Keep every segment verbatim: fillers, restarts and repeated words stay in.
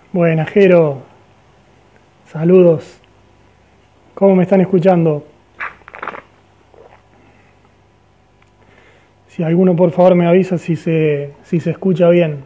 Buenas, Jero. Saludos. ¿Cómo me están escuchando? Si alguno por favor me avisa si se, si se escucha bien.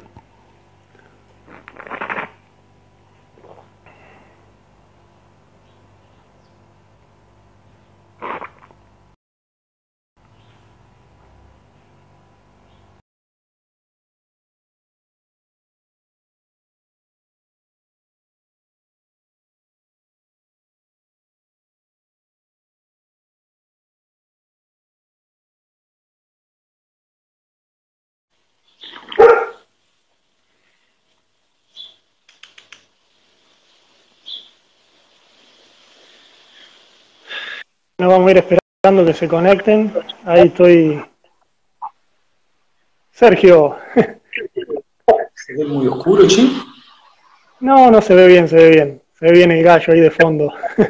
Nos vamos a ir esperando que se conecten. Ahí estoy. Sergio. ¿Se ve muy oscuro, che? No, no se ve bien, se ve bien. Se ve bien el gallo ahí de fondo.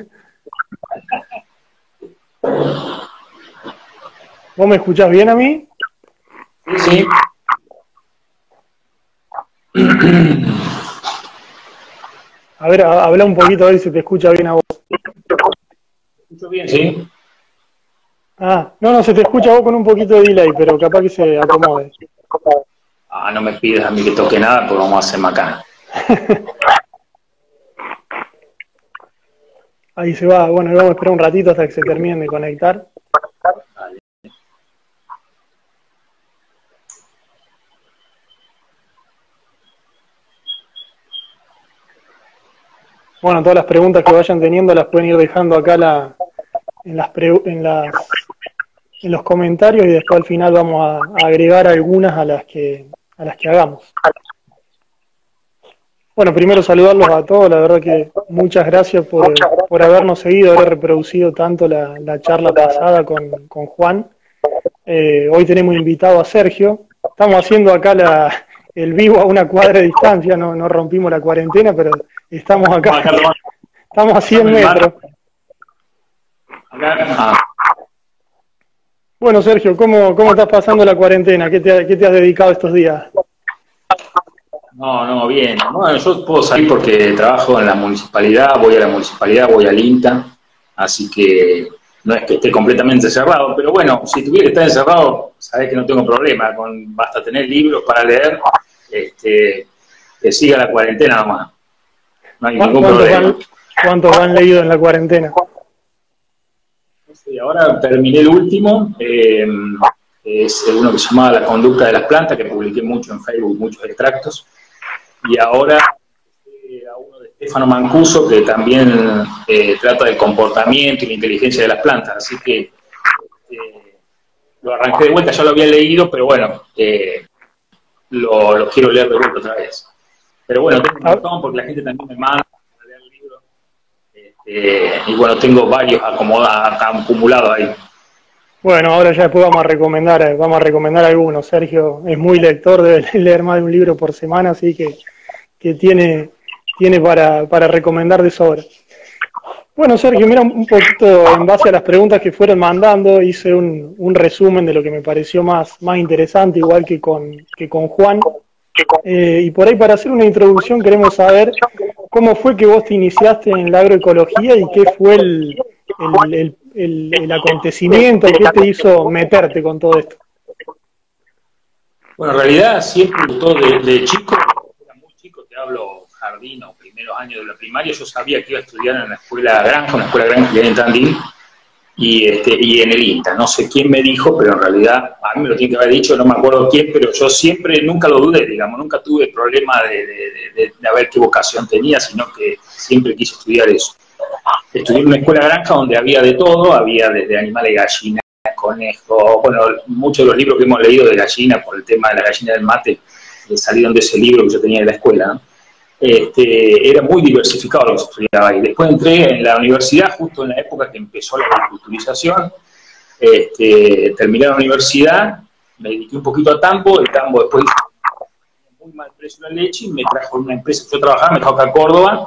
¿Vos me escuchás bien a mí? Sí. A ver, a- habla un poquito a ver si te escucha bien a vos. ¿Escucho bien? Sí. Ah, no, no, se te escucha a vos con un poquito de delay, pero capaz que se acomode. Ah, no me pidas a mí que toque nada, porque vamos a hacer macana. Ahí se va. Bueno, vamos a esperar un ratito hasta que se terminen de conectar. Vale. Bueno, todas las preguntas que vayan teniendo las pueden ir dejando acá la, en, las pre- en, las, en los comentarios y después al final vamos a, a agregar algunas a las que a las que hagamos. Bueno, primero saludarlos a todos, la verdad que muchas gracias por, por habernos seguido, haber reproducido tanto la, la charla pasada con, con Juan. Eh, hoy tenemos invitado a Sergio. Estamos haciendo acá la, el vivo a una cuadra de distancia, no, no rompimos la cuarentena, pero estamos acá, Acá tomando- estamos a cien metros. acá- ah, Bueno, Sergio, ¿cómo, cómo estás pasando la cuarentena? ¿Qué te, qué te has dedicado estos días? no, no, bien. Bueno, yo puedo salir porque trabajo en la municipalidad, voy a la municipalidad, voy al INTA, así que no es que esté completamente cerrado, pero bueno, si tuviera que estar encerrado, sabés que no tengo problema, con, basta tener libros para leer, este, que siga la cuarentena nomás, no hay ningún ¿Cuántos problema. han, cuántos han leído en la cuarentena? Sí, ahora terminé el último, eh, es uno que se llamaba La conducta de las plantas, que publiqué mucho en Facebook, muchos extractos, y ahora eh, a uno de Stefano Mancuso, que también eh, trata del comportamiento y la inteligencia de las plantas, así que eh, lo arranqué de vuelta, ya lo había leído, pero bueno, eh, lo, lo quiero leer de vuelta otra vez. Pero bueno, tengo un montón porque la gente también me manda a leer libros. Eh, y bueno, tengo varios acomodados, acumulados ahí. Bueno, ahora ya después vamos a recomendar, eh, vamos a recomendar algunos. Sergio es muy lector, debe leer más de un libro por semana, así que, que tiene, tiene para, para recomendar de sobra. Bueno, Sergio, mira, un poquito en base a las preguntas que fueron mandando, hice un, un resumen de lo que me pareció más, más interesante, igual que con, que con Juan. Eh, y por ahí, para hacer una introducción, queremos saber cómo fue que vos te iniciaste en la agroecología y qué fue el, el, el, el, el acontecimiento que te hizo meterte con todo esto. Bueno, en realidad siempre me gustó de, de chico, era muy chico, te hablo jardín o primeros años de la primaria, yo sabía que iba a estudiar en la escuela Granja, una escuela Granja que hay en Tandil, y, este, y en el INTA. No sé quién me dijo, pero en realidad a mí me lo tiene que haber dicho, no me acuerdo quién, pero yo siempre, nunca lo dudé, digamos, nunca tuve problema de, de, de, de ver qué vocación tenía, sino que siempre quise estudiar eso. Estudié en una escuela Granja donde había de todo, había desde animales, gallinas, conejos, bueno, muchos de los libros que hemos leído de gallina, por el tema de la gallina del mate, salieron de ese libro que yo tenía de la escuela, ¿no? Este, era muy diversificado lo que se estudiaba ahí. Después entré en la universidad justo en la época que empezó la agriculturización, este, terminé la universidad, me dediqué un poquito a tambo, el tambo después muy mal precio de la leche y me trajo una empresa que yo trabajaba, me trajo acá a Córdoba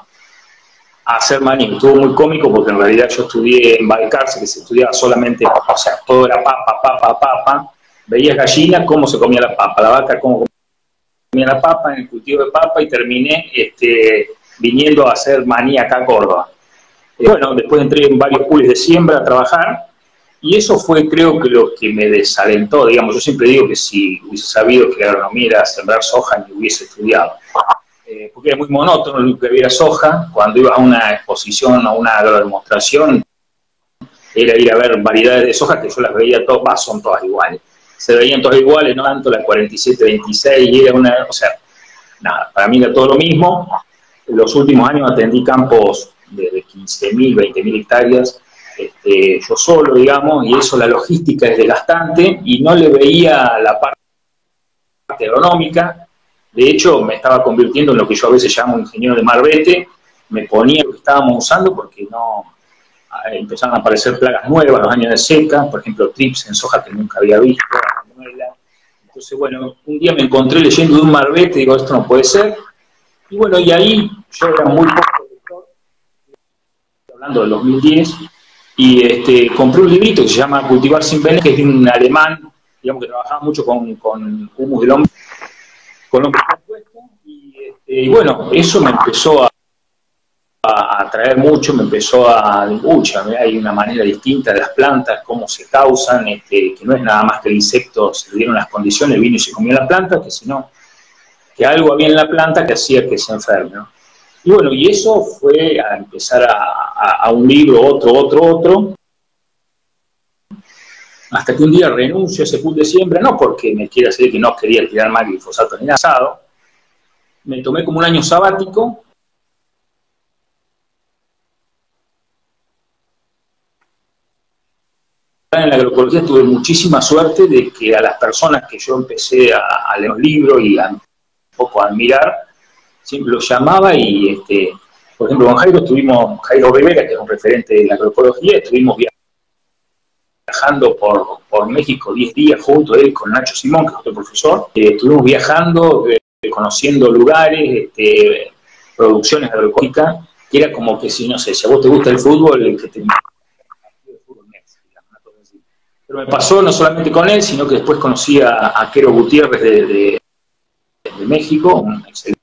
a hacer maní. Estuvo muy cómico porque en realidad yo estudié en Balcarce, que se estudiaba solamente, o sea, todo era papa, papa, papa, veías gallinas, cómo se comía la papa, la vaca, cómo comía la papa, en el cultivo de papa, y terminé este, viniendo a hacer maní acá a Córdoba. Eh, bueno, después entré en varios pools de siembra a trabajar, y eso fue, creo que, lo que me desalentó. Digamos, yo siempre digo que si hubiese sabido que la agronomía era sembrar soja, ni hubiese estudiado. Eh, porque era muy monótono, lo único que había era soja. Cuando ibas a una exposición o una agrodemostración, era ir a ver variedades de soja que yo las veía todas, son todas iguales. Se veían todas iguales, no tanto la cuarenta y siete veintiséis, y era una, o sea, nada, para mí era todo lo mismo. En los últimos años atendí campos de quince mil, veinte mil hectáreas, este, yo solo, digamos, y eso, la logística es desgastante, y no le veía la parte agronómica. De hecho, me estaba convirtiendo en lo que yo a veces llamo ingeniero de marbete, me ponía lo que estábamos usando porque no... empezaron a aparecer plagas nuevas, los años de seca, por ejemplo, trips en soja que nunca había visto, entonces, bueno, un día me encontré leyendo de un marbete, digo, esto no puede ser, y bueno, y ahí yo era muy poco, hablando del dos mil diez, y este, compré un librito que se llama Cultivar sin Venenos, que es de un alemán, digamos que trabajaba mucho con, con humus del hombre, con hombre compuesto, y, este, y bueno, eso me empezó a a atraer mucho, me empezó a... Ucha, hay una manera distinta de las plantas, cómo se causan, este, que no es nada más que el insecto se le dieron las condiciones, vino y se comió la planta, que sino que algo había en la planta que hacía que se enferme, ¿no? Y bueno, y eso fue a empezar a, a, a un libro, otro, otro, otro, hasta que un día renuncio a ese pool de siembra, no porque me quiera decir que no quería tirar más glifosato ni asado, me tomé como un año sabático. En la agroecología tuve muchísima suerte de que a las personas que yo empecé a, a leer los libros y a un poco a admirar, siempre los llamaba y, este, por ejemplo, con Jairo estuvimos, Jairo Rivera, que es un referente de la agroecología, estuvimos viajando por, por México diez días junto él con Nacho Simón, que es otro profesor, eh, estuvimos viajando, eh, conociendo lugares, este, producciones agroecológicas, que era como que si, no sé, si a vos te gusta el fútbol, el que te... Pero me pasó no solamente con él, sino que después conocí a, a Quero Gutiérrez de, de, de México, un excelente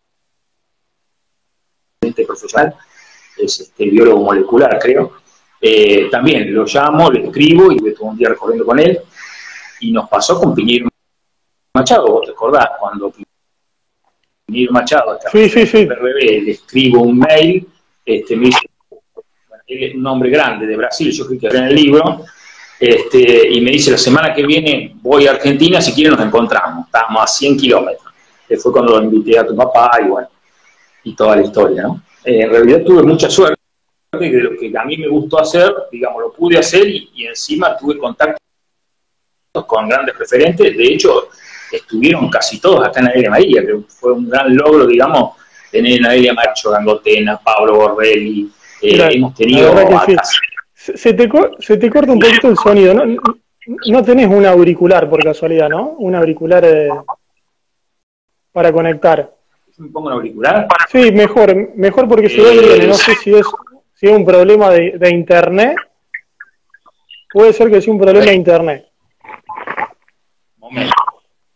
profesional, es este, biólogo molecular, creo. Eh, también lo llamo, le escribo y estuve un día recorriendo con él. Y nos pasó con Piñeiro Machado, ¿vos te acordás? Cuando Piñeiro Machado, hasta sí, sí, sí. Bebé, le escribo un mail, este, me dice, bueno, él es un hombre grande de Brasil, yo creo que era en el libro. Este, y me dice, la semana que viene voy a Argentina, si quieren nos encontramos. Estábamos a cien kilómetros. Que fue cuando lo invité a tu papá y bueno, y toda la historia, ¿no? Eh, en realidad tuve mucha suerte de lo que a mí me gustó hacer, digamos, lo pude hacer y, y encima tuve contacto con grandes referentes. De hecho, estuvieron casi todos acá en Adelia María, que fue un gran logro, digamos, tener en Adelia Macho, Gangotena, Pablo Borrelli, eh, Mira, hemos tenido... Se te, se te corta un poquito el sonido, ¿no? No tenés un auricular por casualidad, ¿no? Un auricular eh, para conectar. ¿Me pongo un auricular? Sí, mejor, mejor porque se ve bien. No sé si es, si es un problema de, de internet. Puede ser que sea un problema de internet. Momento.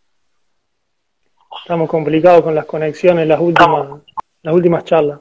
Estamos complicados con las conexiones, las últimas, las últimas charlas.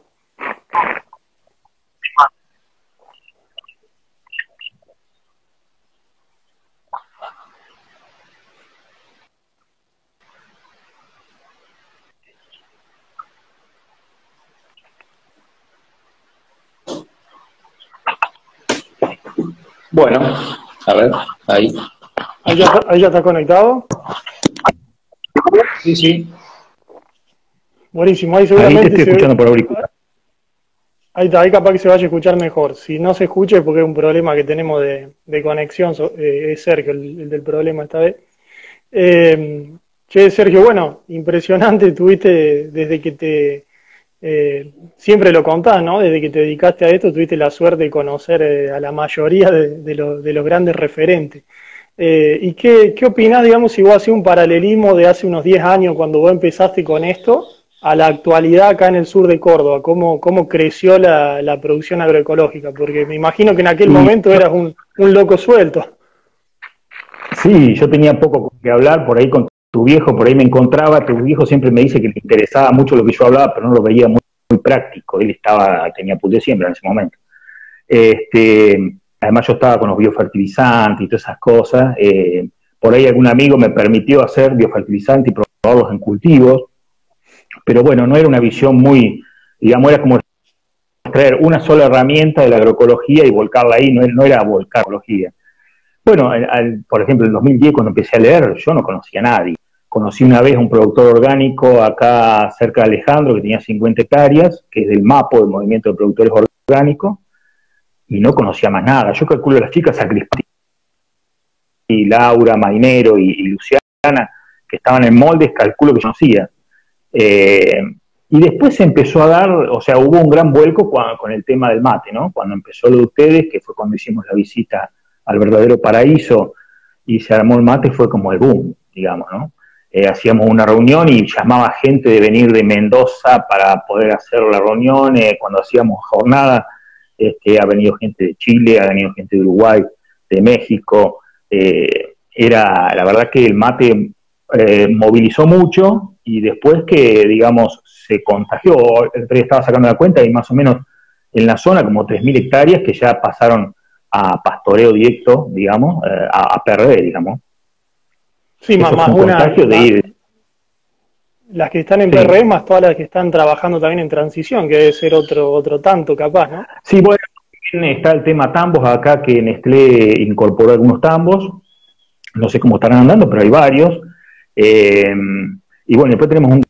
Bueno, a ver, ahí. ¿Ahí ya, ahí ya está conectado? Sí, sí. Buenísimo, ahí seguramente... Ahí te estoy se... escuchando por auricular. Ahí está, ahí capaz que se vaya a escuchar mejor. Si no se escucha es porque es un problema que tenemos de, de conexión, eh, es Sergio el, el del problema esta vez. Eh, che, Sergio, bueno, impresionante, tuviste desde que te... Eh, siempre lo contás, ¿no? Desde que te dedicaste a esto tuviste la suerte de conocer eh, a la mayoría de, de, lo, de los grandes referentes. Eh, ¿Y qué, qué opinás, digamos, si vos hacés un paralelismo de hace unos diez años cuando vos empezaste con esto a la actualidad acá en el sur de Córdoba? ¿Cómo, cómo creció la, la producción agroecológica? Porque me imagino que en aquel sí. momento eras un, un loco suelto. Sí, yo tenía poco que hablar, por ahí con tu viejo por ahí me encontraba, tu viejo siempre me dice que le interesaba mucho lo que yo hablaba, pero no lo veía muy, muy práctico, él estaba, tenía pus de siembra en ese momento. Este, además yo estaba con los biofertilizantes y todas esas cosas, eh, por ahí algún amigo me permitió hacer biofertilizantes y probarlos en cultivos, pero bueno, no era una visión muy, digamos, era como traer una sola herramienta de la agroecología y volcarla ahí, no, no era volcarología. Bueno, al, al, por ejemplo, en el dos mil diez cuando empecé a leer, yo no conocía a nadie. Conocí una vez a un productor orgánico acá cerca de Alejandro, que tenía cincuenta hectáreas, que es del MAPO, del Movimiento de Productores Orgánicos, y no conocía más nada. Yo calculo a las chicas, a Crispin, y Laura, Marinero y, y Luciana, que estaban en moldes, calculo que yo conocía. Eh, y después se empezó a dar, o sea, hubo un gran vuelco con, con el tema del mate, ¿no? Cuando empezó lo de ustedes, que fue cuando hicimos la visita al verdadero paraíso y se armó el mate, fue como el boom, digamos, ¿no? Eh, hacíamos una reunión y llamaba gente de venir de Mendoza para poder hacer la reunión, eh, cuando hacíamos jornada, este, ha venido gente de Chile, ha venido gente de Uruguay, de México, eh, era, la verdad que el mate eh, movilizó mucho y después que, digamos, se contagió, el otro día estaba sacando la cuenta y más o menos en la zona como tres mil hectáreas que ya pasaron a pastoreo directo, digamos, eh, a, a P R D, digamos. Sí, más, más un una, de más, ir. Las que están en Sí. P R D, más todas las que están trabajando también en transición, que debe ser otro otro tanto capaz, ¿no? Sí, bueno, está el tema tambos acá, que Nestlé incorporó algunos tambos, no sé cómo estarán andando, pero hay varios. Eh, y bueno, después tenemos un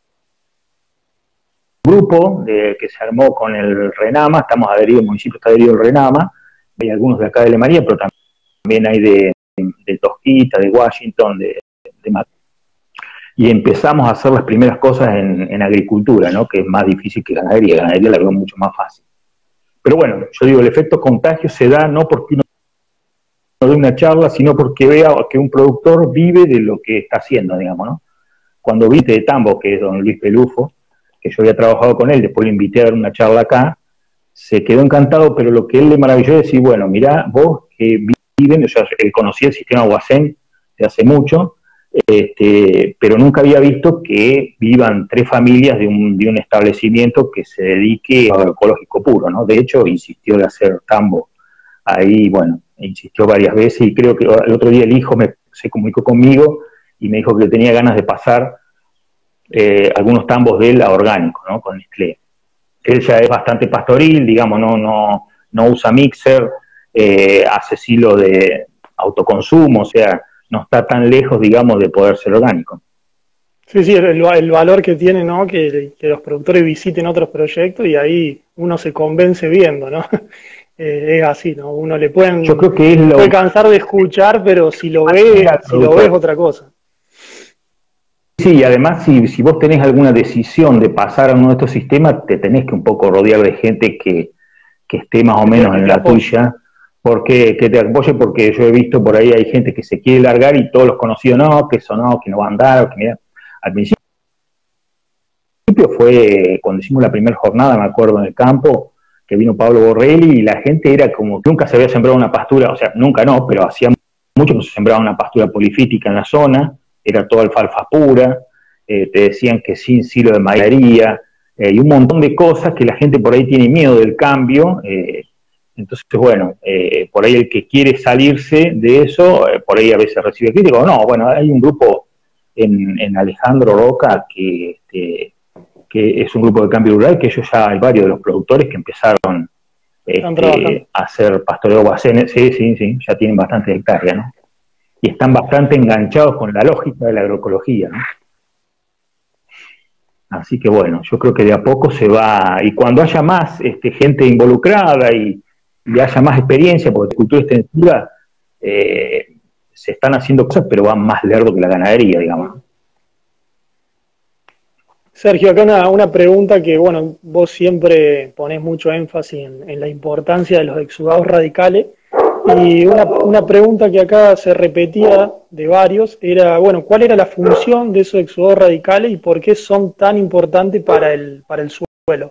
grupo de, que se armó con el RENAMA, estamos adheridos, el municipio está adherido al RENAMA, hay algunos de acá de Le María, pero también hay de, de Tosquita, de Washington, de, de Mat y empezamos a hacer las primeras cosas en, en agricultura, ¿no? Que es más difícil que ganadería, ganadería la veo mucho más fácil. Pero bueno, yo digo, el efecto contagio se da no porque uno dé una charla, sino porque vea que un productor vive de lo que está haciendo, digamos, ¿no? Cuando viste de Tambo, que es don Luis Pelufo, que yo había trabajado con él, después lo invité a dar una charla acá, se quedó encantado, pero lo que él le maravilló es decir, bueno, mirá, vos que viven, o sea, él conocía el sistema Guasén de hace mucho, este, pero nunca había visto que vivan tres familias de un, de un establecimiento que se dedique a agroecológico puro, ¿no? De hecho, insistió de hacer tambo ahí, bueno, insistió varias veces y creo que el otro día el hijo me, se comunicó conmigo y me dijo que tenía ganas de pasar eh, algunos tambos de él a orgánico, ¿no? Con Nestlé. Él ya es bastante pastoril, digamos, no, no, no usa mixer, eh, hace silo de autoconsumo, o sea, no está tan lejos, digamos, de poder ser orgánico. Sí, sí, el, el valor que tiene, ¿no? Que, que los productores visiten otros proyectos y ahí uno se convence viendo, ¿no? Eh, es así, ¿no? Uno le pueden, Yo creo que es lo... puede cansar de escuchar, pero si lo ve, si lo ve es otra cosa. Sí, además, si, si vos tenés alguna decisión de pasar a uno de estos sistemas, te tenés que un poco rodear de gente que, que esté más o menos en la tuya, porque que te apoye, porque yo he visto por ahí hay gente que se quiere largar y todos los conocidos, no, que eso no, que no va a andar, que mira, al principio fue cuando hicimos la primera jornada, me acuerdo, en el campo, que vino Pablo Borrelli y la gente era como que nunca se había sembrado una pastura, o sea, nunca no, pero hacía mucho que se sembraba una pastura polifítica en la zona, era toda alfalfa pura, eh, te decían que sin silo de maízaría, eh, y un montón de cosas que la gente por ahí tiene miedo del cambio, eh, entonces, bueno, eh, por ahí el que quiere salirse de eso, eh, por ahí a veces recibe críticas, no, bueno, hay un grupo en, en Alejandro Roca que... Este, que es un grupo de cambio rural, que ellos ya hay varios de los productores que empezaron este, a hacer pastoreo Guasén, sí, sí, sí, ya tienen bastantes hectáreas, ¿no? Y están bastante enganchados con la lógica de la agroecología, ¿no? Así que bueno, yo creo que de a poco se va, y cuando haya más este, gente involucrada y, y haya más experiencia, porque cultura extensiva, eh, se están haciendo cosas, pero van más lerdo que la ganadería, digamos, ¿no? Sergio, acá una, una pregunta que, bueno, vos siempre ponés mucho énfasis en, en la importancia de los exudados radicales, y una, una pregunta que acá se repetía de varios era, bueno, ¿cuál era la función de esos exudados radicales y por qué son tan importantes para el, para el suelo?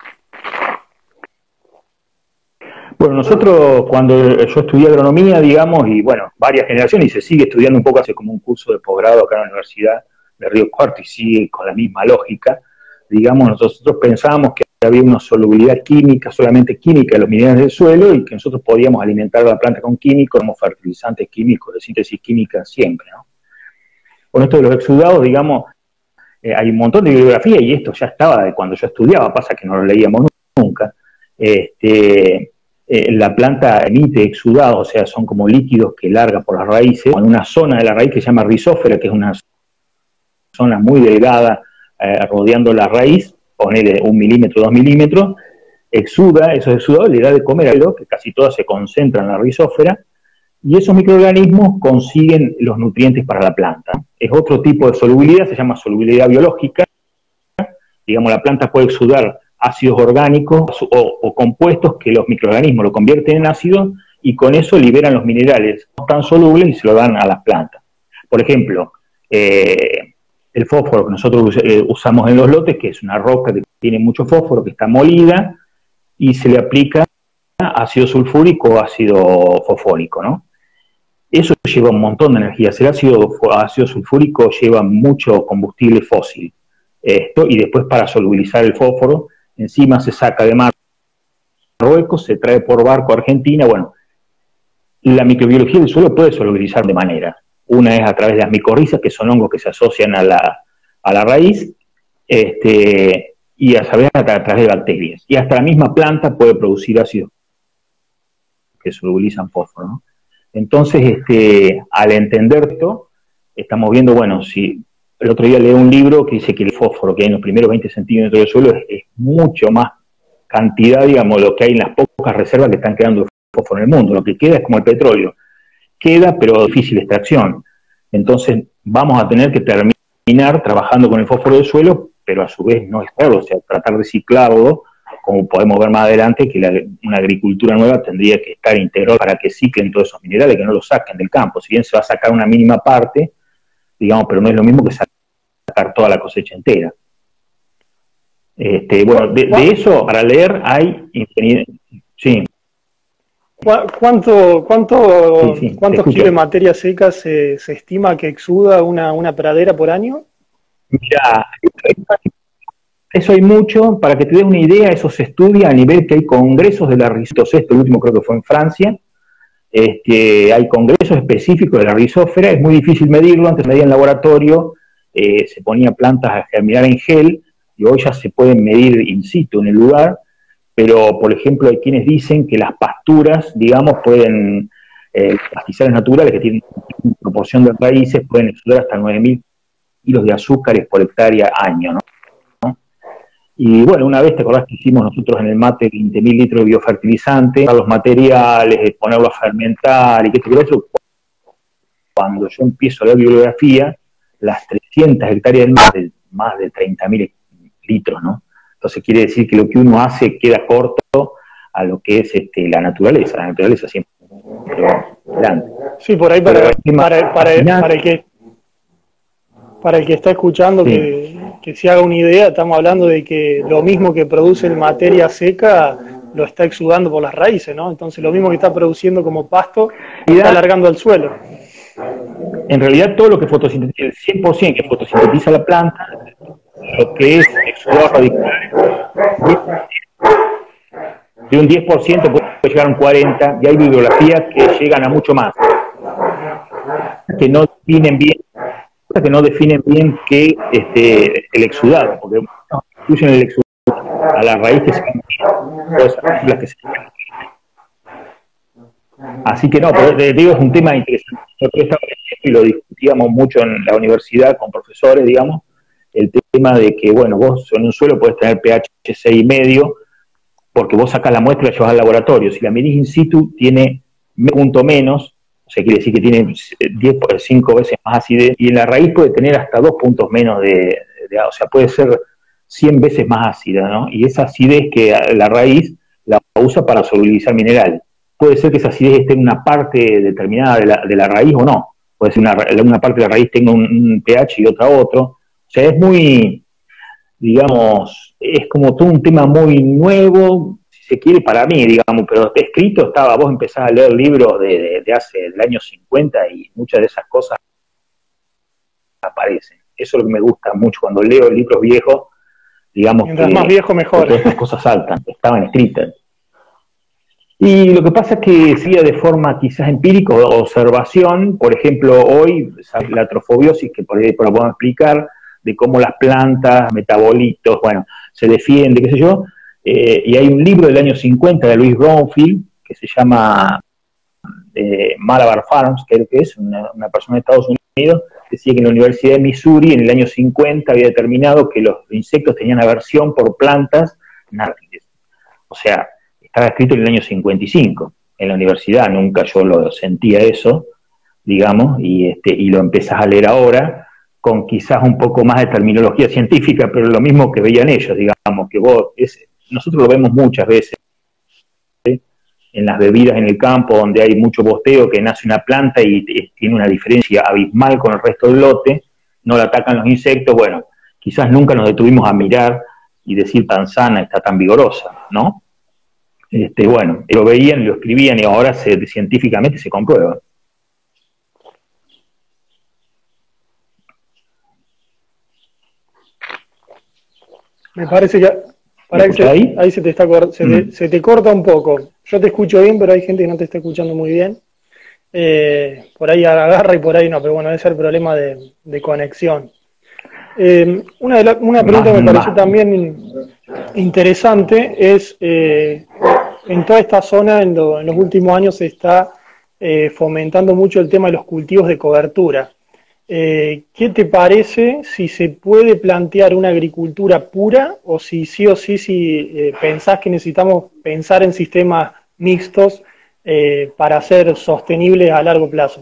Bueno, nosotros cuando yo estudié agronomía, digamos, y bueno, varias generaciones, y se sigue estudiando un poco, hace como un curso de posgrado acá en la universidad, de Río Cuarto y sigue con la misma lógica, digamos, nosotros pensábamos que había una solubilidad química, solamente química de los minerales del suelo y que nosotros podíamos alimentar a la planta con químicos, como fertilizantes químicos, de síntesis química siempre, ¿no? Con esto de los exudados, digamos, eh, hay un montón de bibliografía y esto ya estaba de cuando yo estudiaba, pasa que no lo leíamos nunca. Este, eh, la planta emite exudados, o sea, son como líquidos que larga por las raíces, en una zona de la raíz que se llama rizósfera, que es una zona muy delgada eh, rodeando la raíz, ponerle un milímetro, dos milímetros, exuda, esos exudados le da de comer algo, que casi todas se concentran en la rizósfera, y esos microorganismos consiguen los nutrientes para la planta. Es otro tipo de solubilidad, se llama solubilidad biológica. Digamos, la planta puede exudar ácidos orgánicos o, o compuestos que los microorganismos lo convierten en ácidos y con eso liberan los minerales no tan solubles y se lo dan a las plantas. Por ejemplo, eh, el fósforo que nosotros eh, usamos en los lotes, que es una roca que tiene mucho fósforo, que está molida, y se le aplica ácido sulfúrico o ácido fosfórico, ¿no? Eso lleva un montón de energía. El ácido, ácido sulfúrico lleva mucho combustible fósil. Esto, y después para solubilizar el fósforo, encima se saca de Marruecos, se trae por barco a Argentina. Bueno, la microbiología del suelo puede solubilizar de manera. Una es a través de las micorrizas, que son hongos que se asocian a la, a la raíz, este, y a saber a través de bacterias. Y hasta la misma planta puede producir ácidos que solubilizan fósforo, ¿no? Entonces, este, al entender esto, estamos viendo, bueno, si el otro día leí un libro que dice que el fósforo que hay en los primeros veinte centímetros del suelo es, es mucho más cantidad, digamos, lo que hay en las pocas reservas que están quedando de fósforo en el mundo. Lo que queda es como el petróleo. Queda, pero difícil extracción. Entonces, vamos a tener que terminar trabajando con el fósforo del suelo, pero a su vez no extraerlo, o sea, tratar de ciclarlo, como podemos ver más adelante, que la, una agricultura nueva tendría que estar integrada para que ciclen todos esos minerales, que no los saquen del campo. Si bien se va a sacar una mínima parte, digamos, pero no es lo mismo que sacar toda la cosecha entera. Este, bueno, de, de eso, para leer, hay infinidad. Sí. ¿Cuánto, cuánto, sí, sí, ¿Cuántos kilos de materia seca se, se estima que exuda una, una pradera por año? Mira, eso hay mucho. Para que te des una idea, eso se estudia a nivel que hay congresos de la rizósfera. Este último creo que fue en Francia. Este, hay congresos específicos de la rizósfera. Es muy difícil medirlo. Antes medía en laboratorio, eh, se ponía plantas a germinar en gel, y hoy ya se pueden medir in situ en el lugar. Pero, por ejemplo, hay quienes dicen que las pasturas, digamos, pueden, eh, pastizales naturales que tienen una proporción de raíces, pueden exudar hasta nueve mil kilos de azúcares por hectárea año, ¿no? Y bueno, una vez, ¿te acordás que hicimos nosotros en el mate veinte mil litros de biofertilizante, los materiales, ponerlo a fermentar y qué sé yo? Cuando yo empiezo a leer bibliografía, las trescientas hectáreas del mar, de más de treinta mil litros, ¿no? Entonces quiere decir que lo que uno hace queda corto a lo que es este, la naturaleza. La naturaleza siempre es grande. Sí, por ahí para, para, para, para, el que, para el que está escuchando, sí, que, que se haga una idea, estamos hablando de que lo mismo que produce en materia seca lo está exudando por las raíces, ¿no? Entonces lo mismo que está produciendo como pasto lo está alargando al suelo. En realidad todo lo que fotosintetiza, el cien por ciento que fotosintetiza la planta, lo que es exudado radical, de un diez por ciento puede llegar a un cuarenta por ciento, y hay bibliografías que llegan a mucho más, que no definen bien, que no definen bien qué este, el exudado, porque no, incluyen el exudado a la raíz que se las que se Así que no, pero te digo, es un tema interesante. Nosotros estábamos y lo discutíamos mucho en la universidad con profesores, digamos, el tema de que, bueno, vos en un suelo podés tener pH seis y medio, porque vos sacás la muestra y la llevas al laboratorio. Si la medís in situ, tiene un punto menos, o sea, quiere decir que tiene diez por cinco veces más acidez, y en la raíz puede tener hasta dos puntos menos de, de, o sea, puede ser cien veces más ácida, ¿no? Y esa acidez que la raíz la usa para solubilizar minerales. Puede ser que esa acidez esté en una parte determinada de la, de la raíz o no. Puede ser una, una parte de la raíz tenga un, un pH y otra otro. O sea, es muy, digamos, es como todo un tema muy nuevo, si se quiere, para mí, digamos, pero escrito estaba, vos empezás a leer libros de, de, de hace, del año cincuenta y muchas de esas cosas aparecen. Eso es lo que me gusta mucho cuando leo libros viejos, digamos. Mientras que, más viejo, mejor. todas estas cosas saltan, estaban escritas. Y lo que pasa es que sigue de forma quizás empírica o observación. Por ejemplo, hoy la atrofobiosis, que por ahí por lo podemos explicar, de cómo las plantas, metabolitos, bueno, se defiende, qué sé yo. Eh, y hay un libro del año cincuenta de Louis Bromfield que se llama eh, Malabar Farms, que es una, una persona de Estados Unidos, decía que en la Universidad de Missouri en el año cincuenta había determinado que los insectos tenían aversión por plantas nárciles. O sea, estaba escrito en el año cincuenta y cinco en la universidad, nunca yo lo sentía eso, digamos, y, este, y lo empezás a leer ahora con quizás un poco más de terminología científica, pero lo mismo que veían ellos, digamos, que vos, es, nosotros lo vemos muchas veces, ¿sí? En las bebidas en el campo, donde hay mucho bosteo, que nace una planta y, y tiene una diferencia abismal con el resto del lote, no la atacan los insectos, bueno, quizás nunca nos detuvimos a mirar y decir tan sana, está tan vigorosa, ¿no? Este, bueno, lo veían, lo escribían y ahora se, científicamente se comprueba. Me parece que, para que se, ahí? ahí se te está se, mm. te, se te corta un poco. Yo te escucho bien, pero hay gente que no te está escuchando muy bien. Eh, por ahí agarra y por ahí no, pero bueno, debe ser problema de, de conexión. Eh, una, de la, una pregunta que me pareció también interesante es, eh, en toda esta zona en, lo, en los últimos años se está eh, fomentando mucho el tema de los cultivos de cobertura. Eh, ¿Qué te parece si se puede plantear una agricultura pura o si sí o sí si eh, pensás que necesitamos pensar en sistemas mixtos eh, para ser sostenibles a largo plazo?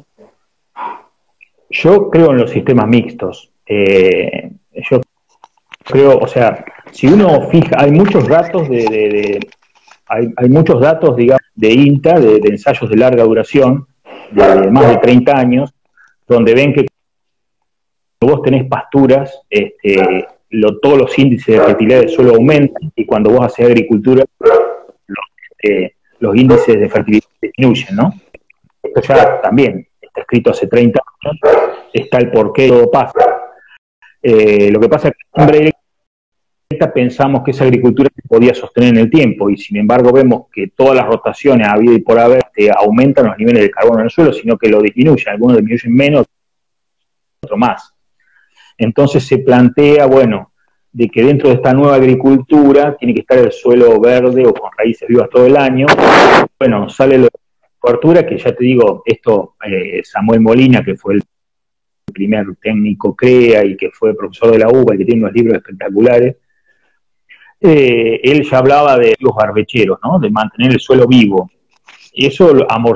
Yo creo en los sistemas mixtos. Eh, yo creo, o sea, si uno fija, hay muchos datos de, de, de hay, hay muchos datos, digamos, de INTA, de, de ensayos de larga duración, de, de más de treinta años, donde ven que cuando vos tenés pasturas, este, lo, todos los índices de fertilidad del suelo aumentan, y cuando vos haces agricultura, los, eh, los índices de fertilidad disminuyen, ¿no? Esto ya también está escrito hace treinta años, está el porqué de todo pasa. Eh, lo que pasa es que en breve pensamos que esa agricultura se podía sostener en el tiempo, y sin embargo vemos que todas las rotaciones habido y por haber eh, aumentan los niveles de carbono en el suelo, sino que lo disminuyen, algunos disminuyen menos, otros más. Entonces se plantea, bueno, de que dentro de esta nueva agricultura tiene que estar el suelo verde o con raíces vivas todo el año. Bueno, sale la cobertura, que ya te digo, esto eh, Samuel Molina, que fue el primer técnico CREA y que fue profesor de la U B A y que tiene unos libros espectaculares, eh, él ya hablaba de los barbecheros, ¿no? De mantener el suelo vivo. Y eso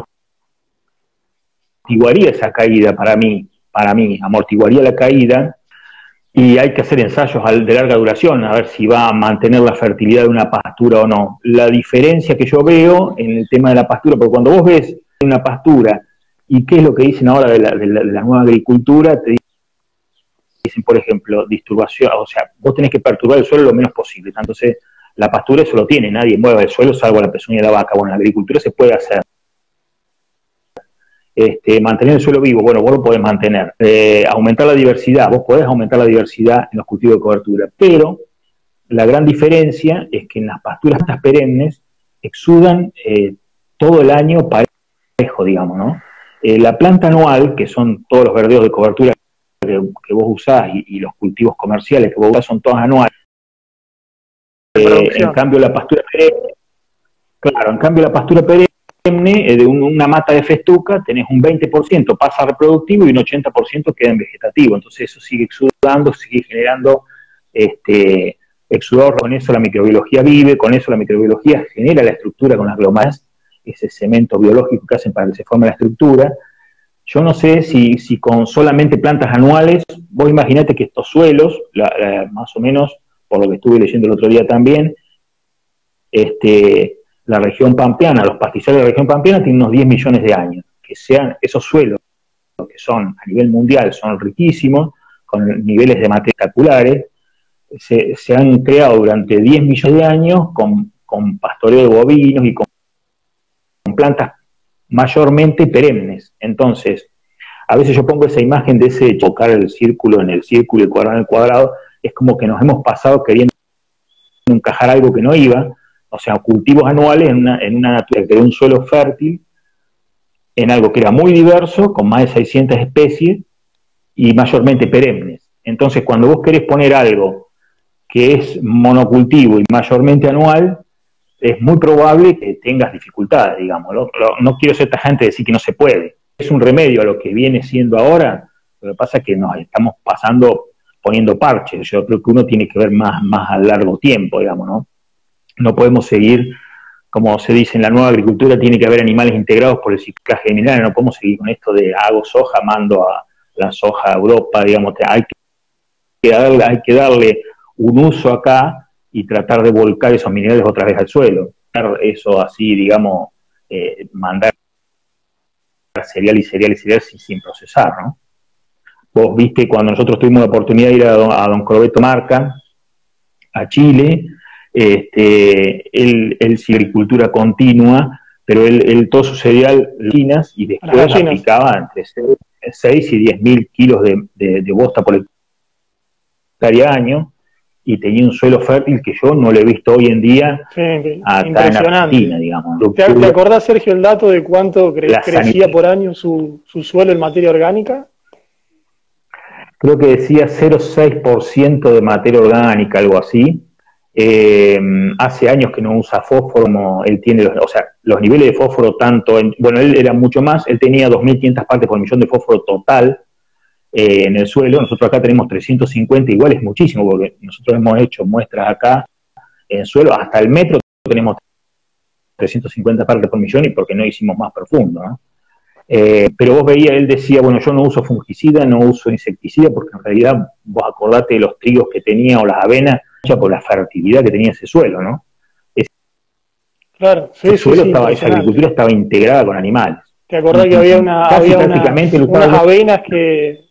amortiguaría esa caída para mí, para mí, amortiguaría la caída, y hay que hacer ensayos de larga duración, a ver si va a mantener la fertilidad de una pastura o no. La diferencia que yo veo en el tema de la pastura, porque cuando vos ves una pastura, y qué es lo que dicen ahora de la, de la, de la nueva agricultura, te dicen, por ejemplo, disturbación, o sea, vos tenés que perturbar el suelo lo menos posible. Entonces, la pastura eso lo tiene, nadie mueve el suelo salvo la pezuña de la vaca. Bueno, en la agricultura se puede hacer. Este, mantener el suelo vivo, bueno, vos lo podés mantener. Eh, aumentar la diversidad, vos podés aumentar la diversidad en los cultivos de cobertura, pero la gran diferencia es que en las pasturas perennes exudan eh, todo el año parejo, digamos, ¿no? Eh, la planta anual, que son todos los verdeos de cobertura que, que vos usás y, y los cultivos comerciales que vos usás son todos anuales. Eh, en cambio la pastura perenne, claro, en cambio la pastura perenne, de una mata de festuca, tenés un veinte por ciento pasa reproductivo y un ochenta por ciento queda en vegetativo. Entonces eso sigue exudando, sigue generando este, exudador, con eso la microbiología vive, con eso la microbiología genera la estructura con las gliomas, ese cemento biológico que hacen para que se forme la estructura. Yo no sé si, si con solamente plantas anuales, vos imaginate que estos suelos, la, la, más o menos, por lo que estuve leyendo el otro día también, este... la región pampeana, los pastizales de la región pampeana tienen unos diez millones de años, que sean esos suelos, que son a nivel mundial, son riquísimos, con niveles de materia espectaculares, se, se han creado durante diez millones de años con, con pastoreo de bovinos y con, con plantas mayormente perennes. Entonces, a veces yo pongo esa imagen de ese chocar el círculo en el círculo y el cuadrado en el cuadrado, es como que nos hemos pasado queriendo encajar algo que no iba, o sea, cultivos anuales en una, en una naturaleza de un suelo fértil, en algo que era muy diverso, con más de seiscientas especies, y mayormente perennes. Entonces, cuando vos querés poner algo que es monocultivo y mayormente anual, es muy probable que tengas dificultades, digamos. No, no quiero ser tajante de decir que no se puede. Es un remedio a lo que viene siendo ahora, lo que pasa es que nos estamos pasando, poniendo parches. Yo creo que uno tiene que ver más, más a largo tiempo, digamos, ¿no? No podemos seguir, como se dice en la nueva agricultura, tiene que haber animales integrados por el ciclaje de minerales, no podemos seguir con esto de hago soja, mando a la soja a Europa, digamos, hay que darle, hay que darle un uso acá y tratar de volcar esos minerales otra vez al suelo. Eso así, digamos, eh, mandar cereal y cereal y cereal sin, sin procesar, ¿no? Vos viste cuando nosotros tuvimos la oportunidad de ir a don, a don Corbeto Marca, a Chile, este, él, él sí agricultura continua, pero él, él todo su cereal chinas y después aplicaba entre seis y diez mil kilos de, de, de bosta por hectárea año, y tenía un suelo fértil que yo no lo he visto hoy en día sí, acá en Argentina, digamos. ¿Te, ¿Te acordás, Sergio, el dato de cuánto cre crecía sanidad por año su, su suelo en materia orgánica? Creo que decía cero coma seis por ciento de materia orgánica, algo así. Eh, hace años que no usa fósforo, como él tiene, los, o sea, los niveles de fósforo tanto, en, bueno, él era mucho más, él tenía dos mil quinientas partes por millón de fósforo total eh, en el suelo. Nosotros acá tenemos trescientos cincuenta, igual es muchísimo, porque nosotros hemos hecho muestras acá en suelo, hasta el metro tenemos trescientos cincuenta partes por millón, y porque no hicimos más profundo, ¿no? Eh, pero vos veías, él decía, bueno, yo no uso fungicida, no uso insecticida, porque en realidad vos acordate de los trigos que tenía o las avenas, ya por la fertilidad que tenía ese suelo, ¿no? Ese, claro, sí, ese sí, suelo sí, estaba, esa agricultura estaba integrada con animales. ¿Te acordás que había, una, había una, unas avenas que...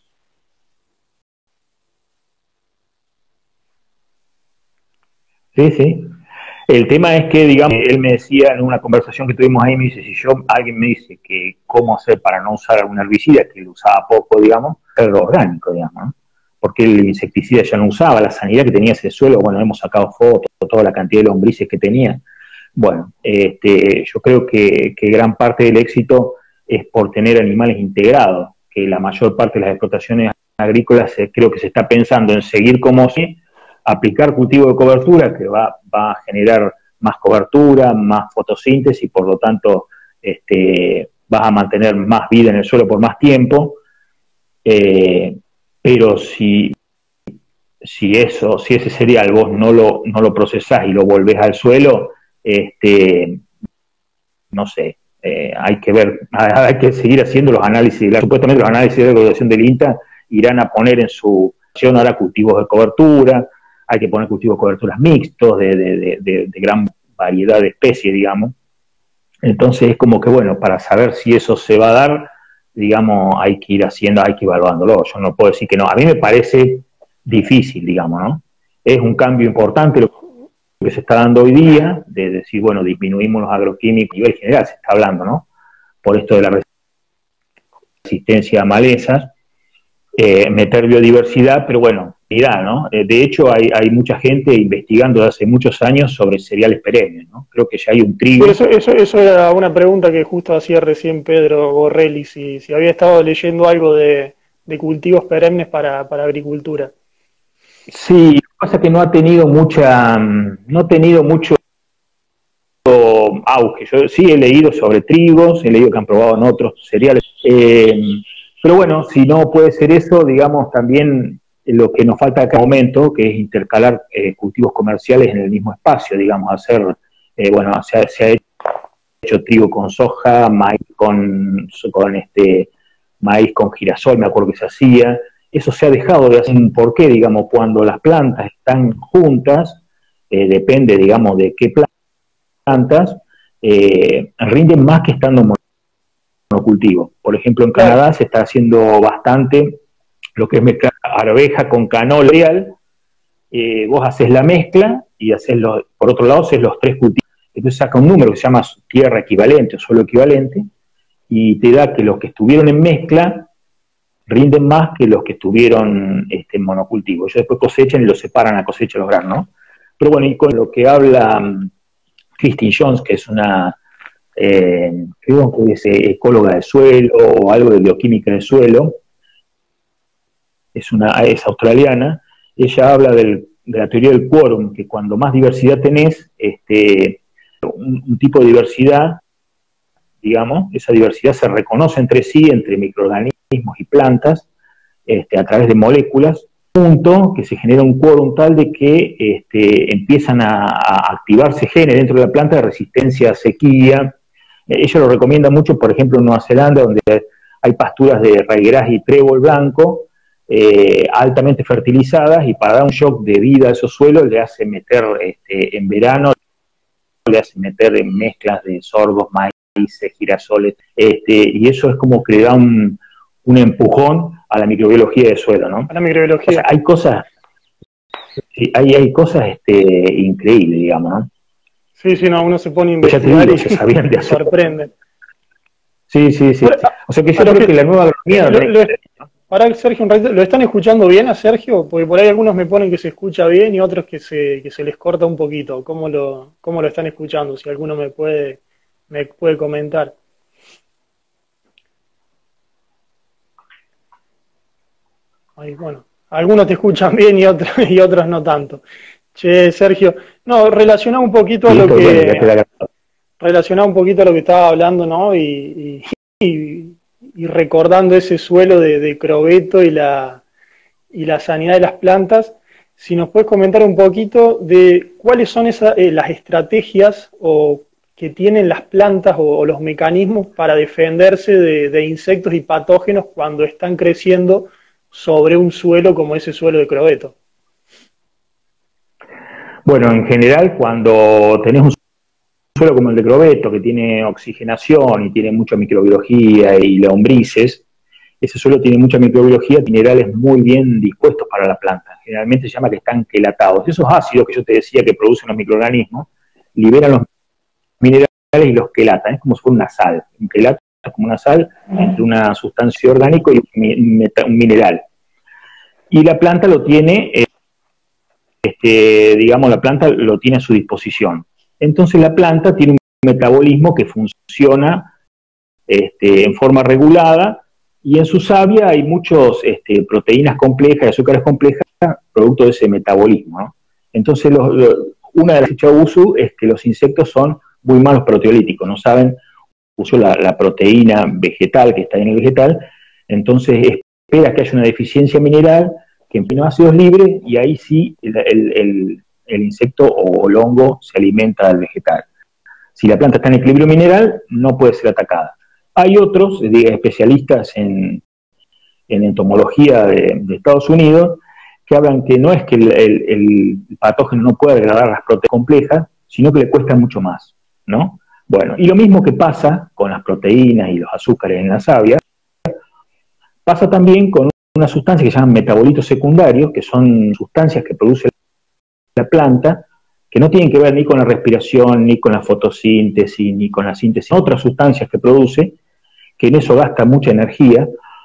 Sí, sí. El tema es que, digamos, él me decía en una conversación que tuvimos ahí, me dice, si yo, alguien me dice que cómo hacer para no usar algún herbicida, que él usaba poco, digamos, algo orgánico, digamos, ¿no? Porque el insecticida ya no usaba, la sanidad que tenía ese suelo, bueno, hemos sacado fotos, toda la cantidad de lombrices que tenía. Bueno, este, yo creo que, que gran parte del éxito es por tener animales integrados, que la mayor parte de las explotaciones agrícolas eh, creo que se está pensando en seguir como si, aplicar cultivo de cobertura, que va, va a generar más cobertura, más fotosíntesis, y por lo tanto este, vas a mantener más vida en el suelo por más tiempo, eh, pero si, si eso, si ese cereal vos no lo, no lo procesás y lo volvés al suelo, este, no sé, eh, hay que ver, hay que seguir haciendo los análisis, la, supuestamente los análisis de regulación del INTA irán a poner en su acción ahora cultivos de cobertura, hay que poner cultivos de coberturas mixtos, de, de, de, de, de gran variedad de especies, digamos. Entonces es como que, bueno, para saber si eso se va a dar, digamos, hay que ir haciendo, hay que ir evaluándolo. Yo no puedo decir que no. A mí me parece difícil, digamos, ¿no? Es un cambio importante lo que se está dando hoy día, de decir, bueno, disminuimos los agroquímicos a nivel general, se está hablando, ¿no? Por esto de la resistencia a malezas, eh, meter biodiversidad, pero bueno, mirá, ¿no? Eh, de hecho, hay, hay mucha gente investigando desde hace muchos años sobre cereales perennes, ¿no? Creo que ya hay un trigo. Sí, eso, eso, eso era una pregunta que justo hacía recién Pedro Borrelli, si, si había estado leyendo algo de, de cultivos perennes para, para agricultura. Sí, lo que pasa es que no ha tenido mucha, no ha tenido mucho auge. Yo sí he leído sobre trigos, he leído que han probado en otros cereales, eh, pero bueno, si no puede ser eso, digamos, también lo que nos falta acá en este momento, que es intercalar eh, cultivos comerciales en el mismo espacio, digamos, hacer, eh, bueno, se ha, se ha hecho trigo con soja, maíz con, con este, maíz con girasol, me acuerdo que se hacía. Eso se ha dejado de hacer. ¿Por qué? Digamos, cuando las plantas están juntas, eh, depende, digamos, de qué plantas, eh, rinden más que estando monocultivo. Por ejemplo, en Canadá se está haciendo bastante lo que es mezclar arveja con canola real. Eh, vos haces la mezcla y haces los, por otro lado haces los tres cultivos. Entonces saca un número que se llama tierra equivalente o suelo equivalente, y te da que los que estuvieron en mezcla rinden más que los que estuvieron este, en monocultivo. Ellos después cosechan y los separan a cosecha los granos, ¿no? Pero bueno, y con lo que habla um, Kristin Jones, que es una, eh, creo que es ecóloga de suelo o algo de bioquímica de suelo, es, una, es australiana, ella habla del, de la teoría del quórum, que cuando más diversidad tenés, este, un, un tipo de diversidad, digamos, esa diversidad se reconoce entre sí, entre microorganismos y plantas, este, a través de moléculas, punto que se genera un quórum tal de que este, empiezan a, a activarse genes dentro de la planta de resistencia a sequía. Eh, ella lo recomienda mucho, por ejemplo, en Nueva Zelanda, donde hay pasturas de raigras y trébol blanco, eh, altamente fertilizadas, y para dar un shock de vida a esos suelos le hace meter este, en verano, le hace meter en mezclas de sorgos, maíces, girasoles, este, y eso es como que le da un, un empujón a la microbiología del suelo, ¿no? A la microbiología. O sea, hay cosas, sí, hay, hay cosas este, increíbles, digamos, ¿no? Sí, sí, no, uno se pone a investigar investigar digo, y se sabían de hacer. sorprende. Sí, sí, sí. Bueno, o sea que yo creo que, que la nueva agronomía... Lo, lo, ahora, Sergio, un ratito, ¿lo están escuchando bien a Sergio? Porque por ahí algunos me ponen que se escucha bien y otros que se, que se les corta un poquito. ¿Cómo lo, cómo lo están escuchando? Si alguno me puede, me puede comentar. Ahí, bueno, algunos te escuchan bien y otros, y otros no tanto. Che, Sergio, no, relacionado un poquito a lo que... Relacionado un poquito a lo que estaba hablando, ¿no? Y, y, y, y recordando ese suelo de, de crobeto y la, y la sanidad de las plantas, si nos puedes comentar un poquito de cuáles son esa, eh, las estrategias o que tienen las plantas o, o los mecanismos para defenderse de, de insectos y patógenos cuando están creciendo sobre un suelo como ese suelo de crobeto. Bueno, en general, cuando tenés un suelo como el de crobeto, que tiene oxigenación y tiene mucha microbiología y lombrices, ese suelo tiene mucha microbiología, minerales muy bien dispuestos para la planta. Generalmente se llama que están quelatados. Esos ácidos que yo te decía que producen los microorganismos, liberan los minerales y los quelatan. Es como si fuera una sal. Un quelato es como una sal entre una sustancia orgánica y un mineral. Y la planta lo tiene, eh, este, digamos, la planta lo tiene a su disposición. Entonces la planta tiene un metabolismo que funciona este, en forma regulada, y en su savia hay muchas este, proteínas complejas y azúcares complejas producto de ese metabolismo, ¿no? Entonces los, los, una de las uso es que los insectos son muy malos proteolíticos, no saben usar la, la proteína vegetal que está en el vegetal, entonces espera que haya una deficiencia mineral, que empiece ácidos libres, y ahí sí el, el, el, el insecto o el hongo se alimenta del vegetal. Si la planta está en equilibrio mineral, no puede ser atacada. Hay otros, diga, especialistas en, en entomología de, de Estados Unidos, que hablan que no es que el, el, el patógeno no pueda degradar las proteínas complejas, sino que le cuesta mucho más, ¿no? Bueno, y lo mismo que pasa con las proteínas y los azúcares en la savia, pasa también con una sustancia que se llaman metabolitos secundarios, que son sustancias que produce la planta, que no tienen que ver ni con la respiración, ni con la fotosíntesis, ni con la síntesis, otras sustancias que produce, que en eso gasta mucha energía,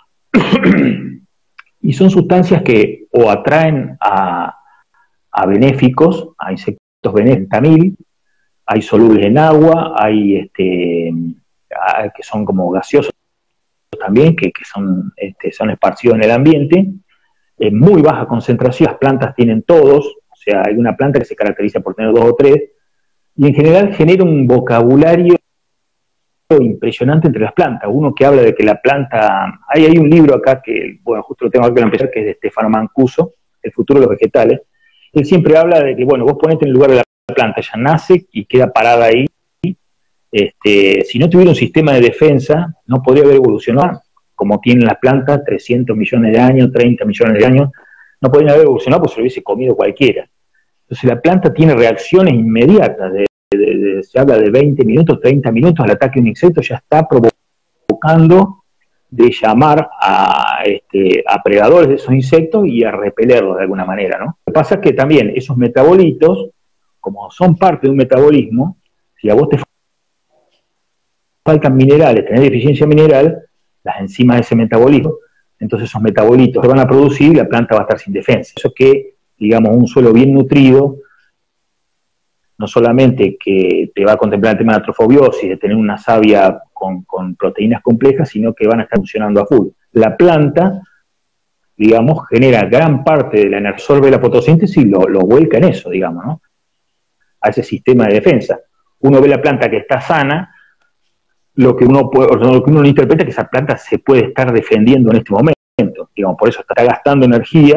y son sustancias que o atraen a, a benéficos, a insectos benéficos, tamil, hay solubles en agua, hay este, que son como gaseosos también, que, que son, este, son esparcidos en el ambiente, en muy baja concentración. Las plantas tienen todos, o sea, hay una planta que se caracteriza por tener dos o tres, y en general genera un vocabulario impresionante entre las plantas. Uno que habla de que la planta... Hay, hay un libro acá que, bueno, justo lo tengo acá que empezar, que es de Stefano Mancuso, El futuro de los vegetales. Él siempre habla de que, bueno, vos ponete en el lugar de la planta, ella nace y queda parada ahí. Este, si no tuviera un sistema de defensa, no podría haber evolucionado, como tienen las plantas, trescientos millones de años, treinta millones de años, no podrían haber evolucionado porque se lo hubiese comido cualquiera. Entonces la planta tiene reacciones inmediatas, de, de, de, se habla de veinte minutos, treinta minutos, al ataque de un insecto ya está provocando de llamar a, este, a predadores de esos insectos y a repelerlos de alguna manera, ¿no? Lo que pasa es que también esos metabolitos, como son parte de un metabolismo, si a vos te faltan minerales, tenés deficiencia mineral, las enzimas de ese metabolismo entonces esos metabolitos se van a producir y la planta va a estar sin defensa. Eso es que, digamos, un suelo bien nutrido, no solamente que te va a contemplar el tema de la atrofobiosis, de tener una savia con, con proteínas complejas, sino que van a estar funcionando a full. La planta, digamos, genera gran parte de la energía, absorbe la fotosíntesis y lo, lo vuelca en eso, digamos, ¿no? A ese sistema de defensa. Uno ve la planta que está sana, lo que uno puede, lo que uno interpreta es que esa planta se puede estar defendiendo en este momento, digamos, por eso está gastando energía.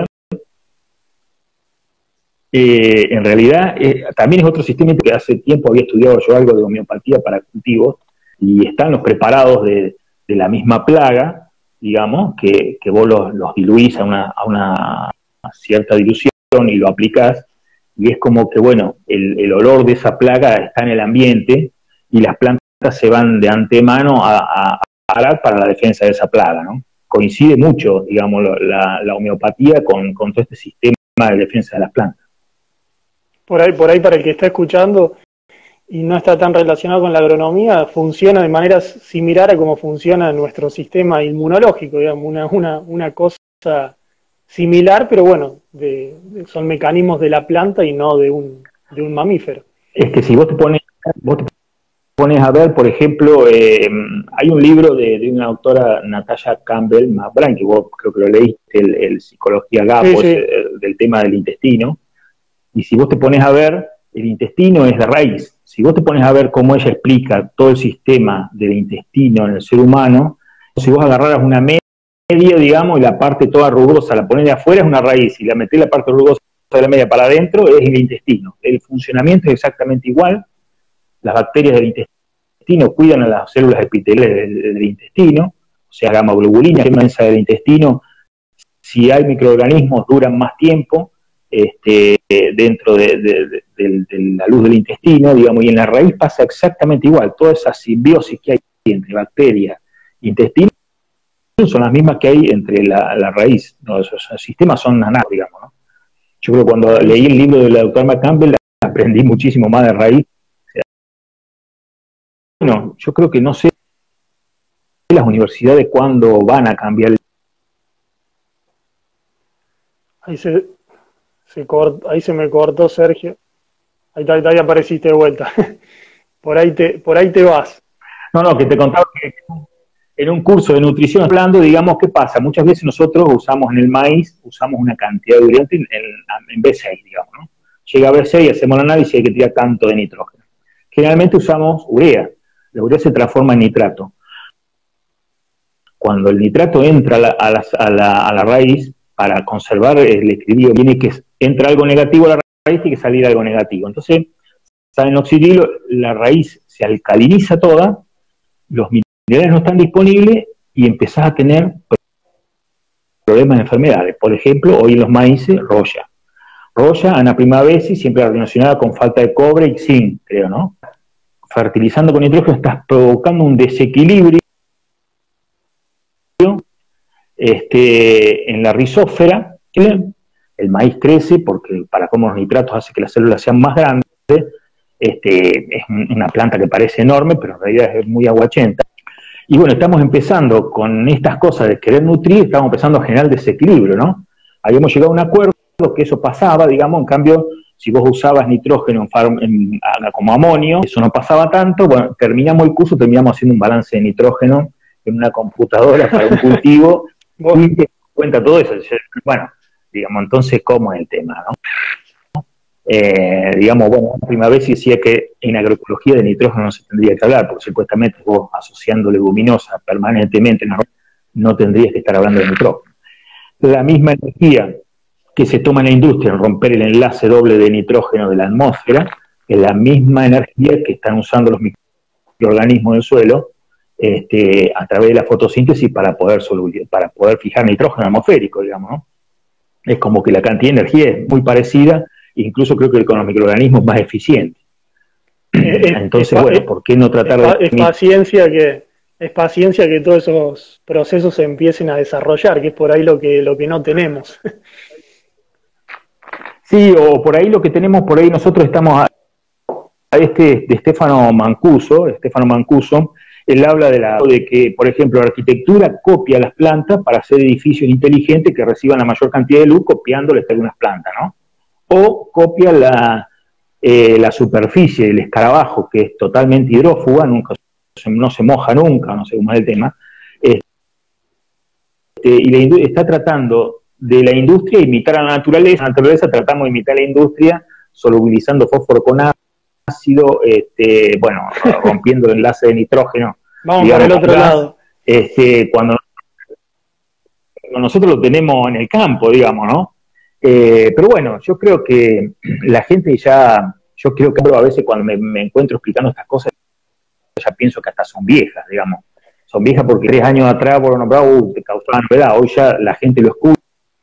Eh, en realidad, eh, también es otro sistema que hace tiempo había estudiado yo algo de homeopatía para cultivos, y están los preparados de, de la misma plaga, digamos, que, que vos los, los diluís a una, a una cierta dilución y lo aplicás, y es como que, bueno, el, el olor de esa plaga está en el ambiente, y las plantas se van de antemano a, a, a parar para la defensa de esa plaga, ¿no? Coincide mucho, digamos, la, la homeopatía con, con todo este sistema de defensa de las plantas. Por ahí, por ahí para el que está escuchando y no está tan relacionado con la agronomía, funciona de manera similar a cómo funciona nuestro sistema inmunológico, digamos, una, una, una cosa similar, pero bueno, de, de, son mecanismos de la planta y no de un, de un mamífero. Es que si vos te pones, vos te pones a ver, por ejemplo, eh, hay un libro de, de una autora, Natalia Campbell McBride, que vos creo que lo leíste, el, el Psicología Gapo, sí, sí. El, del tema del intestino. Y si vos te pones a ver, el intestino es la raíz. Si vos te pones a ver cómo ella explica todo el sistema del intestino en el ser humano, si vos agarraras una media, digamos, y la parte toda rugosa la ponés de afuera, es una raíz, y la metés la parte rugosa de la media para adentro, es el intestino. El funcionamiento es exactamente igual. Las bacterias del intestino cuidan a las células epiteliales del, del intestino, o sea, gamma globulina, que es del intestino. Si hay microorganismos, duran más tiempo, Este, dentro de, de, de, de, de la luz del intestino, digamos, y en la raíz pasa exactamente igual. Toda esa simbiosis que hay entre bacterias e intestino son las mismas que hay entre la, la raíz, ¿no? Esos sistemas son análogos, digamos, ¿no? Yo creo que cuando leí el libro de la doctora McCampbell aprendí muchísimo más de raíz. Bueno, yo creo que no sé las universidades cuándo van a cambiar el... Ahí se... Se cort, ahí se me cortó, Sergio. Ahí, ahí, ahí apareciste de vuelta. por, ahí te, por ahí te vas. No, no, que te contaba que en un curso de nutrición hablando, digamos, ¿qué pasa? Muchas veces nosotros usamos en el maíz, usamos una cantidad de urea en, en, en B seis, digamos, ¿no? Llega a B seis, hacemos el análisis y hay que tirar tanto de nitrógeno. Generalmente usamos urea. La urea se transforma en nitrato. Cuando el nitrato entra a la, a la, a la, a la raíz, para conservar el equilibrio, tiene que entra algo negativo a la raíz, tiene que salir algo negativo. Entonces, sale en oxidilo, la raíz se alcaliniza toda, los minerales no están disponibles y empezás a tener problemas de enfermedades. Por ejemplo, hoy en los maíces, roya. Roya, anaprimabesis, siempre relacionada con falta de cobre y zinc, creo, ¿no? Fertilizando con nitrógeno estás provocando un desequilibrio Este, en la rizósfera. El maíz crece porque para cómo los nitratos hace que las células sean más grandes. Este, es una planta que parece enorme, pero en realidad es muy aguachenta. Y bueno, estamos empezando con estas cosas de querer nutrir, estamos empezando a generar desequilibrio, ¿no? Habíamos llegado a un acuerdo que eso pasaba, digamos, en cambio, si vos usabas nitrógeno en farm, en, como amonio, eso no pasaba tanto. Bueno, terminamos el curso, terminamos haciendo un balance de nitrógeno en una computadora para un cultivo. Y te cuenta todo eso. Bueno, digamos, entonces, ¿cómo es el tema, no? Eh, digamos, bueno, la primera vez decía que en agroecología de nitrógeno no se tendría que hablar, porque supuestamente vos asociando leguminosa permanentemente no, no tendrías que estar hablando de nitrógeno. La misma energía que se toma en la industria en romper el enlace doble de nitrógeno de la atmósfera es la misma energía que están usando los microorganismos del suelo Este, a través de la fotosíntesis para poder para poder fijar nitrógeno atmosférico, digamos, ¿no? Es como que la cantidad de energía es muy parecida, incluso creo que con los microorganismos más eficiente. Entonces, es, bueno, ¿por qué no tratar es, de...? Es paciencia que, es paciencia que todos esos procesos se empiecen a desarrollar, que es por ahí lo que, lo que no tenemos. Sí, o por ahí lo que tenemos, por ahí nosotros estamos a, a este de Stefano Mancuso, Stefano Mancuso, él habla de, la, de que, por ejemplo, la arquitectura copia las plantas para hacer edificios inteligentes que reciban la mayor cantidad de luz copiándoles algunas plantas, ¿no? O copia la, eh, la superficie del escarabajo, que es totalmente hidrófuga, nunca, no se moja nunca, no sé cómo es el tema, este, y la, está tratando de la industria imitar a la naturaleza. La naturaleza tratamos de imitar a la industria solubilizando fósforo con ácido, este, bueno, rompiendo el enlace de nitrógeno. Vamos digamos, por el otro gas, lado. Este, cuando nosotros lo tenemos en el campo, digamos, ¿no? Eh, pero bueno, yo creo que la gente ya, yo creo que a veces cuando me, me encuentro explicando estas cosas, ya pienso que hasta son viejas, digamos. Son viejas porque tres años atrás, por ejemplo, uh, te causaba novedad. Hoy ya la gente lo escucha,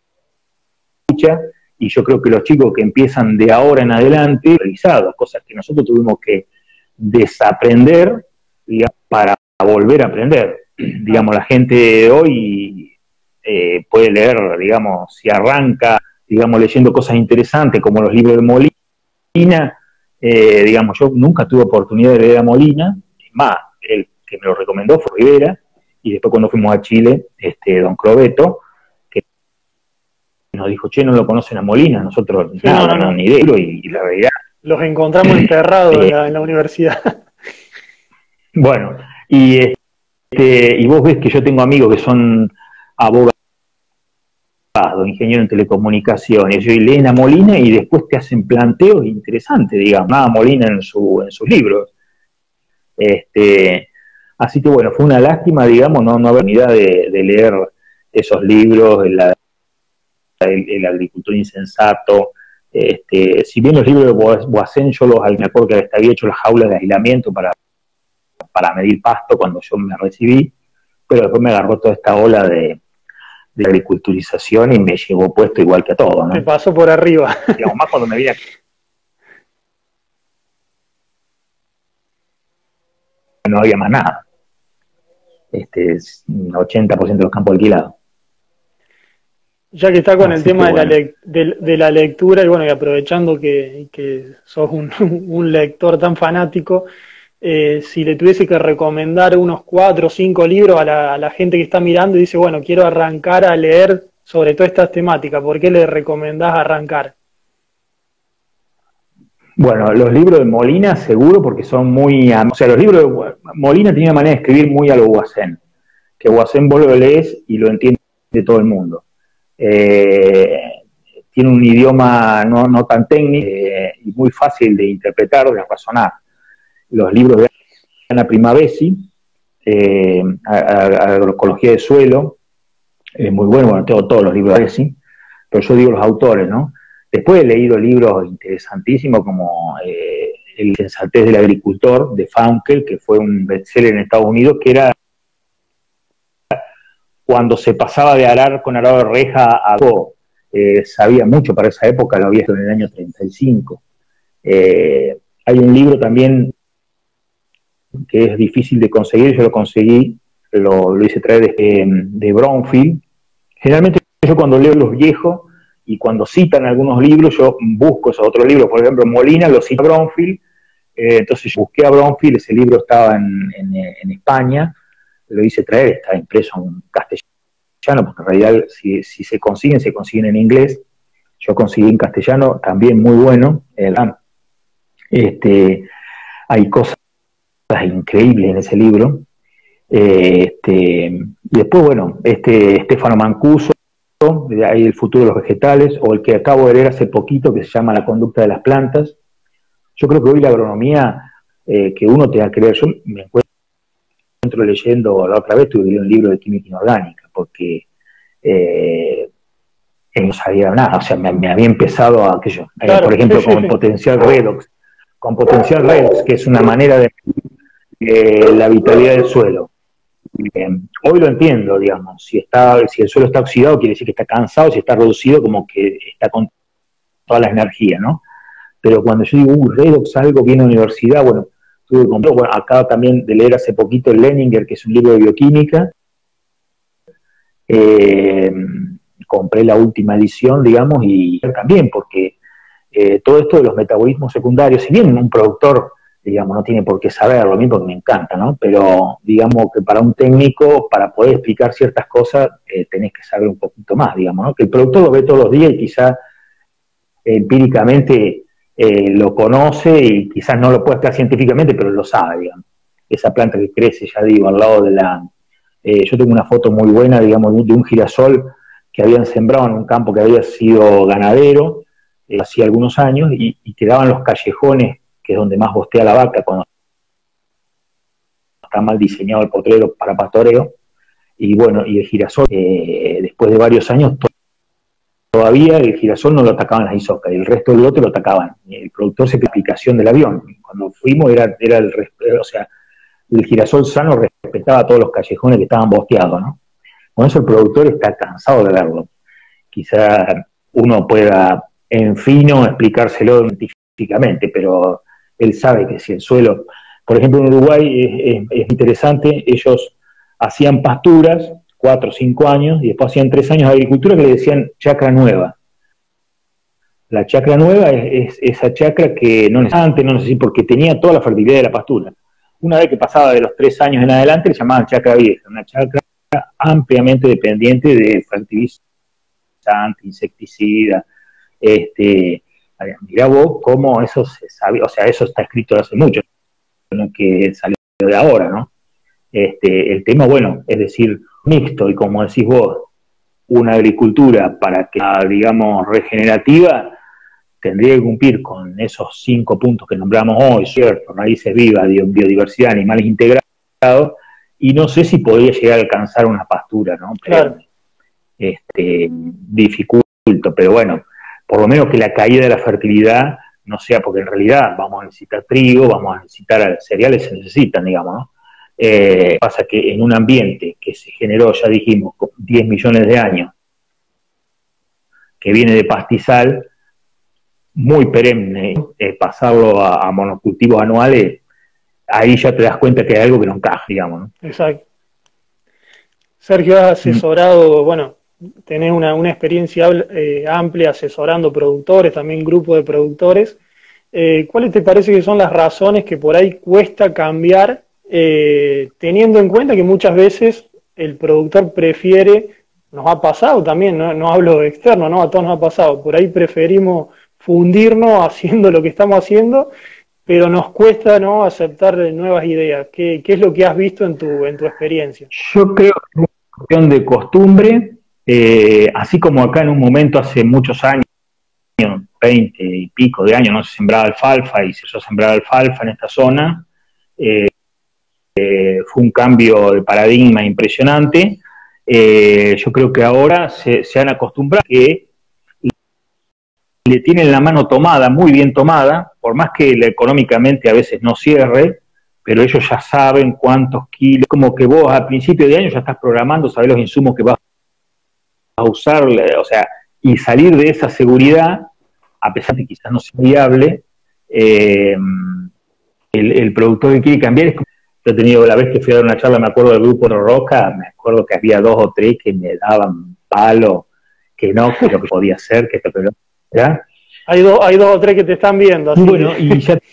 y yo creo que los chicos que empiezan de ahora en adelante, realizados, cosas que nosotros tuvimos que desaprender, digamos, para volver a aprender. Digamos, la gente de hoy eh, puede leer, digamos, si arranca, digamos, leyendo cosas interesantes, como los libros de Molina, eh, digamos, yo nunca tuve oportunidad de leer a Molina, más, el que me lo recomendó fue Rivera, y después cuando fuimos a Chile, este, don Crobeto, que nos dijo, che, no lo conocen a Molina, nosotros sí, nada, no, no, no, ni idea, y, y la realidad... Los encontramos enterrados eh, en, la, en la universidad. Bueno, y, este, y vos ves que yo tengo amigos que son abogados, ingenieros en telecomunicaciones, y leen a Molina y después te hacen planteos interesantes, digamos, nada Molina en, su, en sus libros. Este, así que bueno, fue una lástima, digamos, no, no haber oportunidad de, de leer esos libros, el, el, el agricultor insensato. Este, si bien los libros de Boissin yo los me acuerdo que había hecho las jaulas de aislamiento para, para medir pasto cuando yo me recibí, pero después me agarró toda esta ola de, de agriculturización y me llevó puesto igual que a todo, ¿no? Me pasó por arriba. Digamos, más cuando me vine aquí. No había más nada. Este, ochenta por ciento de los campos alquilados. Ya que está con Así el tema bueno. de, la le de, de la lectura, y bueno, y aprovechando que, que sos un, un lector tan fanático, eh, si le tuviese que recomendar unos cuatro o cinco libros a la, a la gente que está mirando y dice, bueno, quiero arrancar a leer sobre todas estas temáticas, ¿por qué le recomendás arrancar? Bueno, los libros de Molina seguro, porque son muy... O sea, los libros de Molina tienen una manera de escribir muy a lo Boissin, que Boissin vos lo lees y lo entiende todo el mundo. Eh, tiene un idioma no, no tan técnico eh, y muy fácil de interpretar o de razonar. Los libros de Ana Primavesi, eh, Agroecología de Suelo, es muy bueno, bueno, tengo todos los libros de Besi, pero yo digo los autores, ¿no? Después he leído libros interesantísimos como eh, El Sensatez del Agricultor, de Faunkel, que fue un bestseller en Estados Unidos, que era cuando se pasaba de arar con arado de reja a algo, eh, sabía mucho para esa época, lo había hecho en el año treinta y cinco. Eh, hay un libro también que es difícil de conseguir, yo lo conseguí, lo, lo hice traer de, de Brownfield. Generalmente yo cuando leo los viejos, y cuando citan algunos libros, yo busco esos otros libros, por ejemplo, Molina lo cita Brownfield, eh, entonces yo busqué a Brownfield, ese libro estaba en, en, en España, lo hice traer, está impreso en castellano, porque en realidad si, si se consiguen, se consiguen en inglés, yo conseguí en castellano, también muy bueno, eh, este, hay cosas increíbles en ese libro, eh, este, y después, bueno, este Stefano Mancuso, hay El futuro de los vegetales, o el que acabo de leer hace poquito, que se llama La conducta de las plantas. Yo creo que hoy la agronomía, eh, que uno tenga que leer, yo me encuentro leyendo, la otra vez tuve que leer un libro de química inorgánica, porque eh, no sabía nada, o sea, me, me había empezado a, qué yo, claro, por ejemplo, con potencial redox, con potencial redox, que es una manera de eh, la vitalidad del suelo. Eh, hoy lo entiendo, digamos, si está, si el suelo está oxidado quiere decir que está cansado, si está reducido como que está con toda la energía, ¿no? Pero cuando yo digo, uh, redox, algo viene a la universidad, bueno, tuve que comprar, bueno, acabo también de leer hace poquito el Leninger, que es un libro de bioquímica, eh, compré la última edición, digamos, y también porque eh, todo esto de los metabolismos secundarios, si bien un productor digamos, no tiene por qué saberlo, a mí porque me encanta, ¿no? Pero digamos que para un técnico, para poder explicar ciertas cosas, eh, tenés que saber un poquito más, digamos, ¿no? Que el productor lo ve todos los días y quizás eh, empíricamente eh, lo conoce y quizás no lo puede explicar científicamente, pero lo sabe, digamos. Esa planta que crece, ya digo, al lado de la... Eh, yo tengo una foto muy buena, digamos, de un girasol que habían sembrado en un campo que había sido ganadero, eh, hacía algunos años, y, y quedaban los callejones, que es donde más bostea la vaca cuando está mal diseñado el potrero para pastoreo, y bueno, y el girasol, eh, después de varios años, todavía el girasol no lo atacaban las isocas, y el resto del lote lo atacaban. El productor se aplicación del avión. Cuando fuimos era, era el, o sea, el girasol sano respetaba todos los callejones que estaban bosteados, ¿no? Con eso el productor está cansado de verlo. Quizá uno pueda, en fino, explicárselo científicamente, pero él sabe que si el suelo, por ejemplo en Uruguay es, es, es interesante, ellos hacían pasturas cuatro o cinco años y después hacían tres años de agricultura que le decían chacra nueva. La chacra nueva es, es esa chacra que no necesariamente, no necesita, porque tenía toda la fertilidad de la pastura. Una vez que pasaba de los tres años en adelante le llamaban chacra vieja, una chacra ampliamente dependiente de fertilizante, insecticida, este, mirá vos cómo eso se sabe, o sea, eso está escrito hace mucho, no que salió de ahora, ¿no? Este, el tema, bueno, es decir, mixto, y como decís vos, una agricultura para que, digamos, regenerativa, tendría que cumplir con esos cinco puntos que nombramos hoy, ¿cierto? Raíces vivas, biodiversidad, animales integrados, y no sé si podría llegar a alcanzar una pastura, ¿no? Pero, claro. Este, dificulto, pero bueno, por lo menos que la caída de la fertilidad no sea, porque en realidad vamos a necesitar trigo, vamos a necesitar cereales, se necesitan, digamos, ¿no? Eh, pasa que en un ambiente que se generó, ya dijimos, diez millones de años, que viene de pastizal, muy perenne, eh, pasarlo a, a monocultivos anuales, ahí ya te das cuenta que hay algo que no encaja, digamos, ¿no? Exacto. Sergio, has asesorado, mm. bueno, tenés una, una experiencia eh, amplia asesorando productores, también grupo de productores. Eh, ¿Cuáles te parece que son las razones que por ahí cuesta cambiar, eh, teniendo en cuenta que muchas veces el productor prefiere, nos ha pasado también, no, no hablo de externo, no, a todos nos ha pasado, por ahí preferimos fundirnos haciendo lo que estamos haciendo, pero nos cuesta, ¿no?, aceptar nuevas ideas? ¿Qué, qué es lo que has visto en tu, en tu experiencia? Yo creo que es una cuestión de costumbre, eh, así como acá en un momento hace muchos años, veinte y pico de años, no se sembraba alfalfa y se empezó a sembrar alfalfa en esta zona, eh, eh, fue un cambio de paradigma impresionante. Eh, yo creo que ahora se, se han acostumbrado a que le tienen la mano tomada, muy bien tomada, por más que económicamente a veces no cierre, pero ellos ya saben cuántos kilos, como que vos a principio de año ya estás programando, sabés los insumos que vas a usar, o sea, y salir de esa seguridad, a pesar de que quizás no sea viable, eh, el, el productor que quiere cambiar es como, yo he tenido, la vez que fui a dar una charla, me acuerdo del grupo de Roca, me acuerdo que había dos o tres que me daban palo, que no, que lo que podía hacer, que esto, pero ¿ya? Hay, do, hay dos o tres que te están viendo. Así bueno, que... y ya...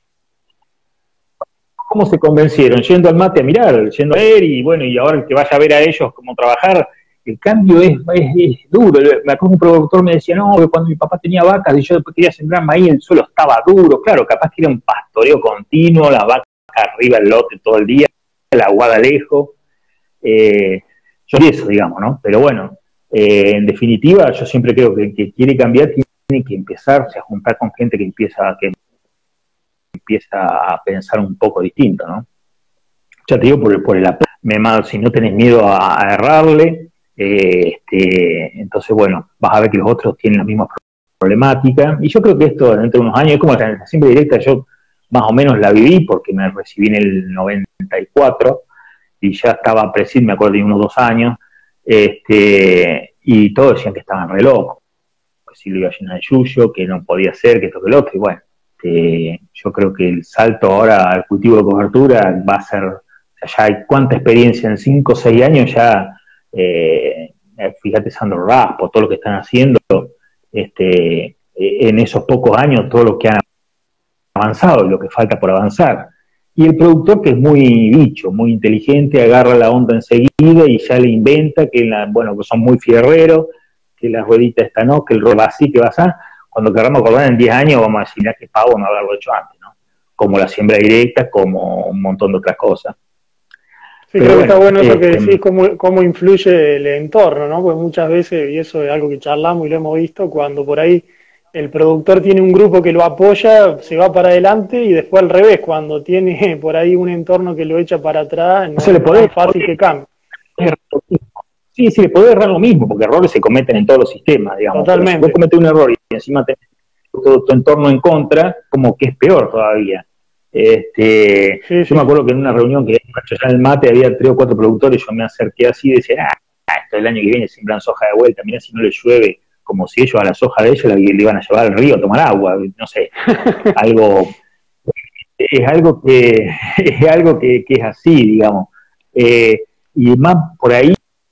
¿Cómo se convencieron? Yendo al mate a mirar, yendo a ver, y bueno, y ahora el que vaya a ver a ellos cómo trabajar, el cambio es, es, es duro. Me acuerdo un productor me decía, no, que cuando mi papá tenía vacas y yo después quería sembrar maíz, el suelo estaba duro. Claro, capaz que era un pastoreo continuo, la vaca arriba el lote todo el día, la aguada lejos. Eh, yo eso, digamos, ¿no? Pero bueno, eh, en definitiva, yo siempre creo que el que quiere cambiar tiene que empezarse a juntar con gente que empieza, que empieza a pensar un poco distinto, ¿no? Ya te digo, por el, por el me mal, si no tenés miedo a, a errarle, eh, este, entonces, bueno, vas a ver que los otros tienen la misma problemática, y yo creo que esto dentro de unos años, es como la siempre directa, yo más o menos la viví, porque me recibí en el noventa y cuatro, y ya estaba presidido, me acuerdo de unos dos años, este, y todos decían que estaban re locos, que si lo iba a llenar de yuyo, que no podía ser, que esto que lo otro, y bueno, este, yo creo que el salto ahora al cultivo de cobertura va a ser, o sea, ya hay cuánta experiencia en cinco o seis años ya, eh, fíjate Sandro Raspo, todo lo que están haciendo, este, en esos pocos años, todo lo que han avanzado y lo que falta por avanzar. Y el productor, que es muy bicho, muy inteligente, agarra la onda enseguida y ya le inventa que, la, bueno, que son muy fierreros, que la ruedita esta no, que el rol va así, que va así. Cuando queramos acordar en diez años vamos a decir, que pavo no haberlo hecho antes, ¿no? Como la siembra directa, como un montón de otras cosas. Sí, creo que está bueno eso que decís, cómo, cómo influye el entorno, ¿no? Porque muchas veces, y eso es algo que charlamos y lo hemos visto, cuando por ahí el productor tiene un grupo que lo apoya, se va para adelante, y después al revés, cuando tiene por ahí un entorno que lo echa para atrás, no se le puede, es tan fácil que cambie. Sí, sí, le puede errar lo mismo, porque errores se cometen en todos los sistemas, digamos. Totalmente. Pero si vos cometés un error y encima tenés todo tu entorno en contra, como que es peor todavía. Este, sí, yo sí. me acuerdo que en una reunión que ya en el mate había tres o cuatro productores, yo me acerqué así y decía, ah, esto el año que viene siembran soja de vuelta, mirá si no le llueve, como si ellos a la soja de ellos le, le iban a llevar al río a tomar agua, no sé, algo, es algo que, es algo que, que es así, digamos. Eh, y más por ahí,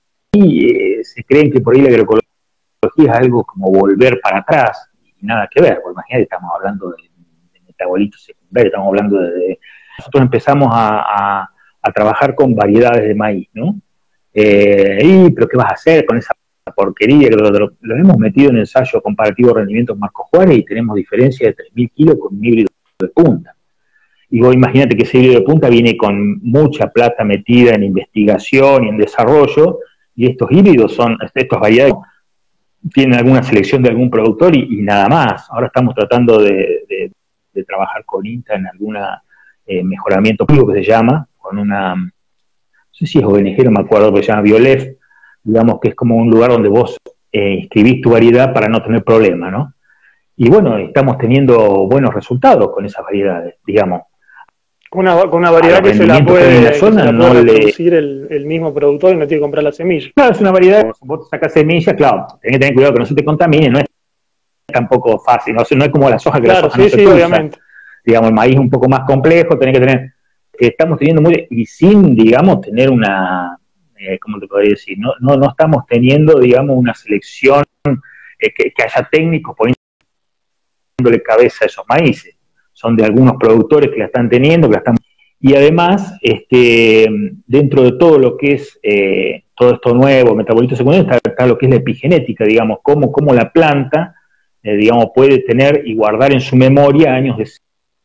eh, se creen que por ahí la agroecología es algo como volver para atrás, y nada que ver, porque imagínate, estamos hablando de, de metabolitos secundarios, estamos hablando de, de... Nosotros empezamos a, a, a trabajar con variedades de maíz, ¿no? Eh, y, pero ¿qué vas a hacer con esa porquería? Lo, lo, lo hemos metido en el ensayo comparativo de rendimientos Marco Juárez y tenemos diferencia de tres mil kilos con un híbrido de punta. Y vos imagínate que ese híbrido de punta viene con mucha plata metida en investigación y en desarrollo, y estos híbridos son, estas variedades tienen alguna selección de algún productor y, y nada más. Ahora estamos tratando de, de, de trabajar con INTA en algún eh, mejoramiento público que se llama, con una, no sé si es O N G, no me acuerdo, pero se llama Biolef, digamos que es como un lugar donde vos eh, inscribís tu variedad para no tener problemas, ¿no? Y bueno, estamos teniendo buenos resultados con esas variedades, digamos. Con una, con una variedad que se la puede, la zona, que se la puede no reproducir le... el, el mismo productor y no tiene que comprar la semilla. Claro, es una variedad, vos sacás semillas, claro, tenés que tener cuidado que no se te contamine, no es tampoco fácil, no, no es como la soja, que claro, la soja sí, no se sí, cruza. Obviamente. Digamos, el maíz es un poco más complejo, tenés que tener, que estamos teniendo muy, y sin, digamos, tener una, eh, ¿cómo te podría decir? No, no, no estamos teniendo, digamos, una selección, eh, que, que haya técnicos poniéndole cabeza a esos maíces. Son de algunos productores que la están teniendo, que la están... Y además, este, dentro de todo lo que es eh, todo esto nuevo, metabolito secundario, está, está lo que es la epigenética, digamos, cómo, cómo la planta, eh, digamos, puede tener y guardar en su memoria años de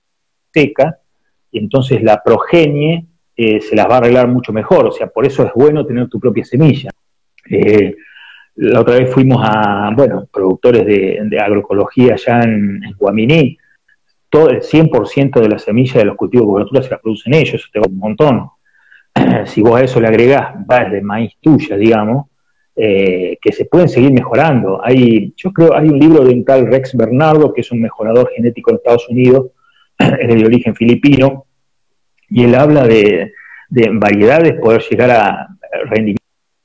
seca, y entonces la progenie eh, se las va a arreglar mucho mejor. O sea, por eso es bueno tener tu propia semilla. Eh, la otra vez fuimos a, bueno, productores de, de agroecología allá en, en Guaminí. Todo el cien por ciento de la semilla de los cultivos de cobertura se la producen ellos, eso te va un montón. Si vos a eso le agregás bases de maíz tuya, digamos, eh, que se pueden seguir mejorando. Hay, yo creo, hay un libro de un tal Rex Bernardo, que es un mejorador genético en Estados Unidos, es de origen filipino, y él habla de, de variedades, poder llegar a rendimientos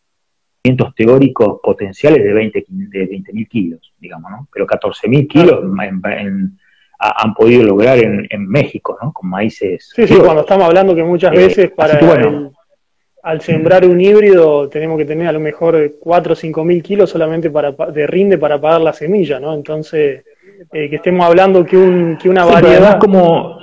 teóricos potenciales de veinte mil kilos, digamos, ¿no? Pero catorce mil kilos en, en han podido lograr en, en México, ¿no? Con maíces. Sí, sí, cuando estamos hablando que muchas veces eh, para que, bueno, el, al sembrar un híbrido tenemos que tener a lo mejor cuatro o cinco mil kilos solamente para, de rinde para pagar la semilla, ¿no? Entonces, eh, que estemos hablando que, un, que una sí, variedad... como...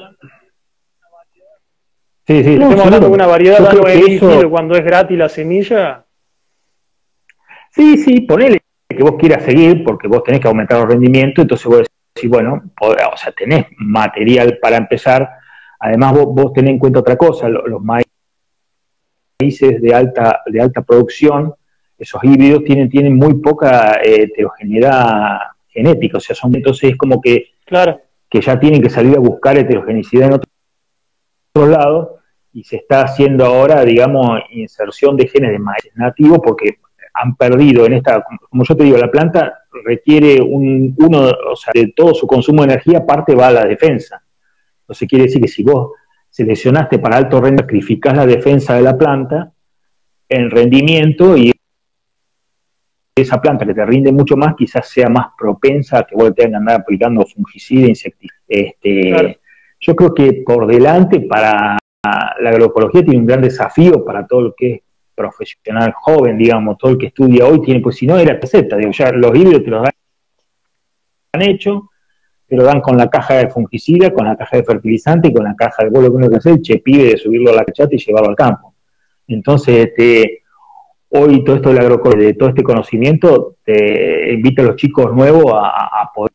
Sí, sí, estamos hablando de una variedad de nueve mil kilos cuando es gratis la semilla. Sí, sí, ponele que vos quieras seguir porque vos tenés que aumentar los rendimientos, entonces vos decís, bueno, o sea, tenés material para empezar. Además vos, vos tenés en cuenta otra cosa, los, los maíces de alta, de alta producción, esos híbridos tienen, tienen muy poca eh, heterogeneidad genética, o sea, son, entonces es como que, claro, que ya tienen que salir a buscar heterogeneidad en otros lados, y se está haciendo ahora, digamos, inserción de genes de maíz nativos porque han perdido en esta, como yo te digo, la planta requiere un, uno, o sea, de todo su consumo de energía, parte va a la defensa. Entonces quiere decir que si vos seleccionaste para alto rendimiento, sacrificás la defensa de la planta en rendimiento, y esa planta que te rinde mucho más quizás sea más propensa a que vos tengas que andar aplicando fungicida, insecticida. Este, claro. Yo creo que por delante para la agroecología tiene un gran desafío para todo lo que es profesional joven, digamos, todo el que estudia hoy tiene, pues si no era receta, digo, ya los híbridos te los han hecho, pero dan con la caja de fungicida, con la caja de fertilizante y con la caja de vos lo que uno que hacer, che pibe de subirlo a la cachata y llevarlo al campo. Entonces, este, hoy todo esto del agroecología, de todo este conocimiento, te invita a los chicos nuevos a, a poder.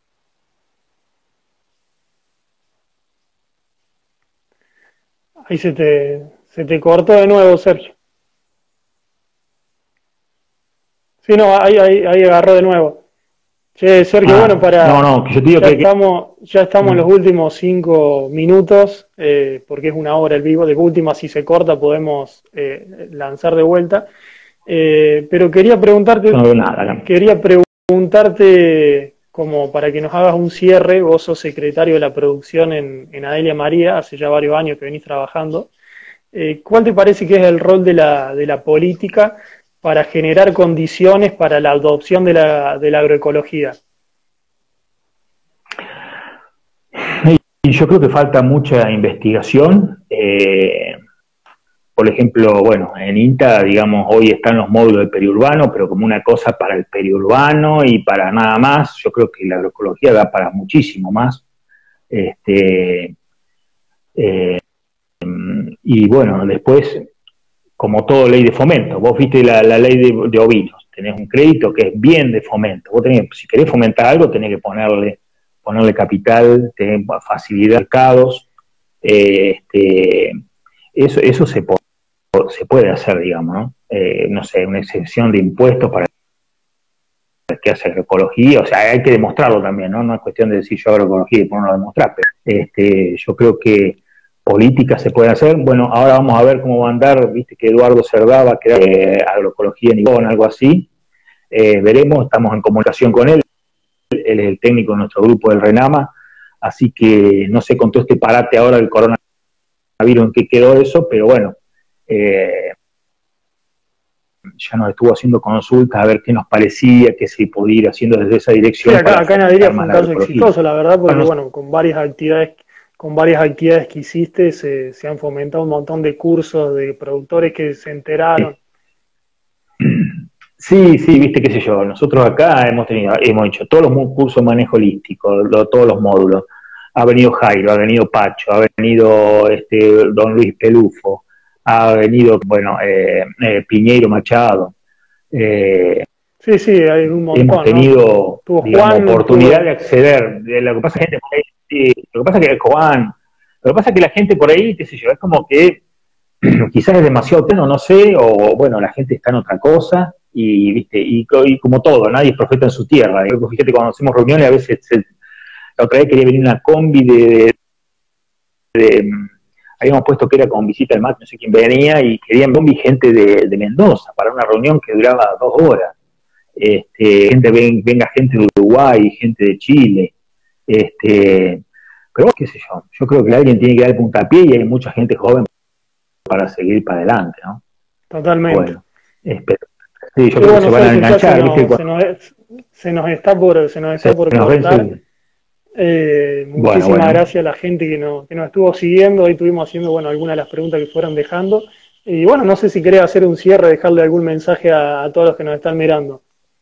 Ahí se te, se te cortó de nuevo, Sergio. Sí, no, ahí, ahí, ahí agarró de nuevo. Che, Sergio, Ah, bueno, para... no, no, que yo te digo ya, que, estamos, ya estamos en que... los últimos cinco minutos, eh, porque es una hora el vivo. De última, si se corta, podemos eh, lanzar de vuelta. Eh, pero quería preguntarte, Yo no veo nada, ¿no? quería preguntarte, como para que nos hagas un cierre, vos sos secretario de la producción en, en Adelia María, hace ya varios años que venís trabajando. Eh, ¿cuál te parece que es el rol de la, de la política para generar condiciones para la adopción de la, de la agroecología? Y yo creo que falta mucha investigación. Eh, por ejemplo, bueno, en INTA, digamos, hoy están los módulos de periurbano, pero como una cosa para el periurbano y para nada más. Yo creo que la agroecología da para muchísimo más. Este, eh, y bueno, después, como todo ley de fomento, vos viste la, la ley de, de ovinos, tenés un crédito que es bien de fomento. Vos tenés, si querés fomentar algo, tenés que ponerle ponerle capital, tener facilidad de mercados, eh, este, eso, eso se, po se puede hacer, digamos, ¿no? Eh, no sé, una excepción de impuestos para el que hace agroecología, o sea, hay que demostrarlo también, ¿no? No es cuestión de decir yo agroecología y ponerlo a demostrar, pero este, yo creo que políticas se pueden hacer. Bueno, ahora vamos a ver cómo va a andar, viste que Eduardo Cerdá va a crear eh, agroecología en Ivón, algo así, eh, veremos, estamos en comunicación con él. Él es el técnico de nuestro grupo del RENAMA, así que no sé con todo este parate ahora del coronavirus en qué quedó eso, pero bueno, eh, ya nos estuvo haciendo consultas a ver qué nos parecía, qué se podía ir haciendo desde esa dirección. Sí, acá, acá en Adelia fue un caso ecología. exitoso, la verdad, porque Bueno, bueno, con varias actividades, con varias actividades que hiciste, se, se han fomentado un montón de cursos de productores que se enteraron. Sí, sí, viste, qué sé yo, nosotros acá hemos tenido, hemos hecho todos los cursos de manejo holístico, lo, todos los módulos. Ha venido Jairo, ha venido Pacho, ha venido este don Luis Pelufo, ha venido, bueno, eh, eh, Piñeiro Machado. Eh, sí, sí, hay un montón, hemos tenido, ¿no? digamos, Juan, oportunidad tuvo... de acceder. Lo que pasa es que gente por ahí, sí, lo que pasa es que Juan, lo que pasa es que la gente por ahí, qué sé yo, es como que quizás es demasiado pleno, no sé, o bueno, la gente está en otra cosa. Y, ¿viste? Y, y como todo, nadie es profeta en su tierra. Fíjate, cuando hacemos reuniones, a veces, se, la otra vez quería venir una combi de, de, de, habíamos puesto que era con visita al M A C, no sé quién venía, y querían combi gente de, de Mendoza, para una reunión que duraba dos horas. Este, gente, ven, venga gente de Uruguay, gente de Chile. Este, pero qué sé yo, yo creo que alguien tiene que dar el puntapié y hay mucha gente joven para seguir para adelante, ¿no? Totalmente. Bueno, espero. Sí, yo Qué creo bueno, que se van a enganchar, se nos, ¿viste? se, nos, se nos está por, se nos está Se por nos cortar. Eh, muchísimas bueno, bueno. gracias a la gente que nos, que nos estuvo siguiendo. Hoy estuvimos haciendo, bueno, algunas de las preguntas que fueron dejando. Y bueno, no sé si querés hacer un cierre, dejarle algún mensaje a, a todos los que nos están mirando.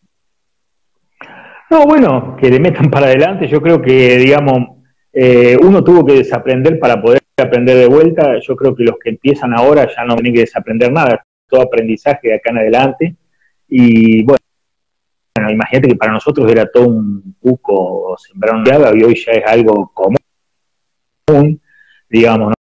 No, bueno, que le metan para adelante. Yo creo que, digamos, eh, uno tuvo que desaprender para poder aprender de vuelta. Yo creo que los que empiezan ahora ya no tienen que desaprender nada. Todo aprendizaje de acá en adelante. Y bueno, bueno, imagínate que para nosotros era todo un cuco sembrar un diablo y hoy ya es algo común, digamos, ¿no?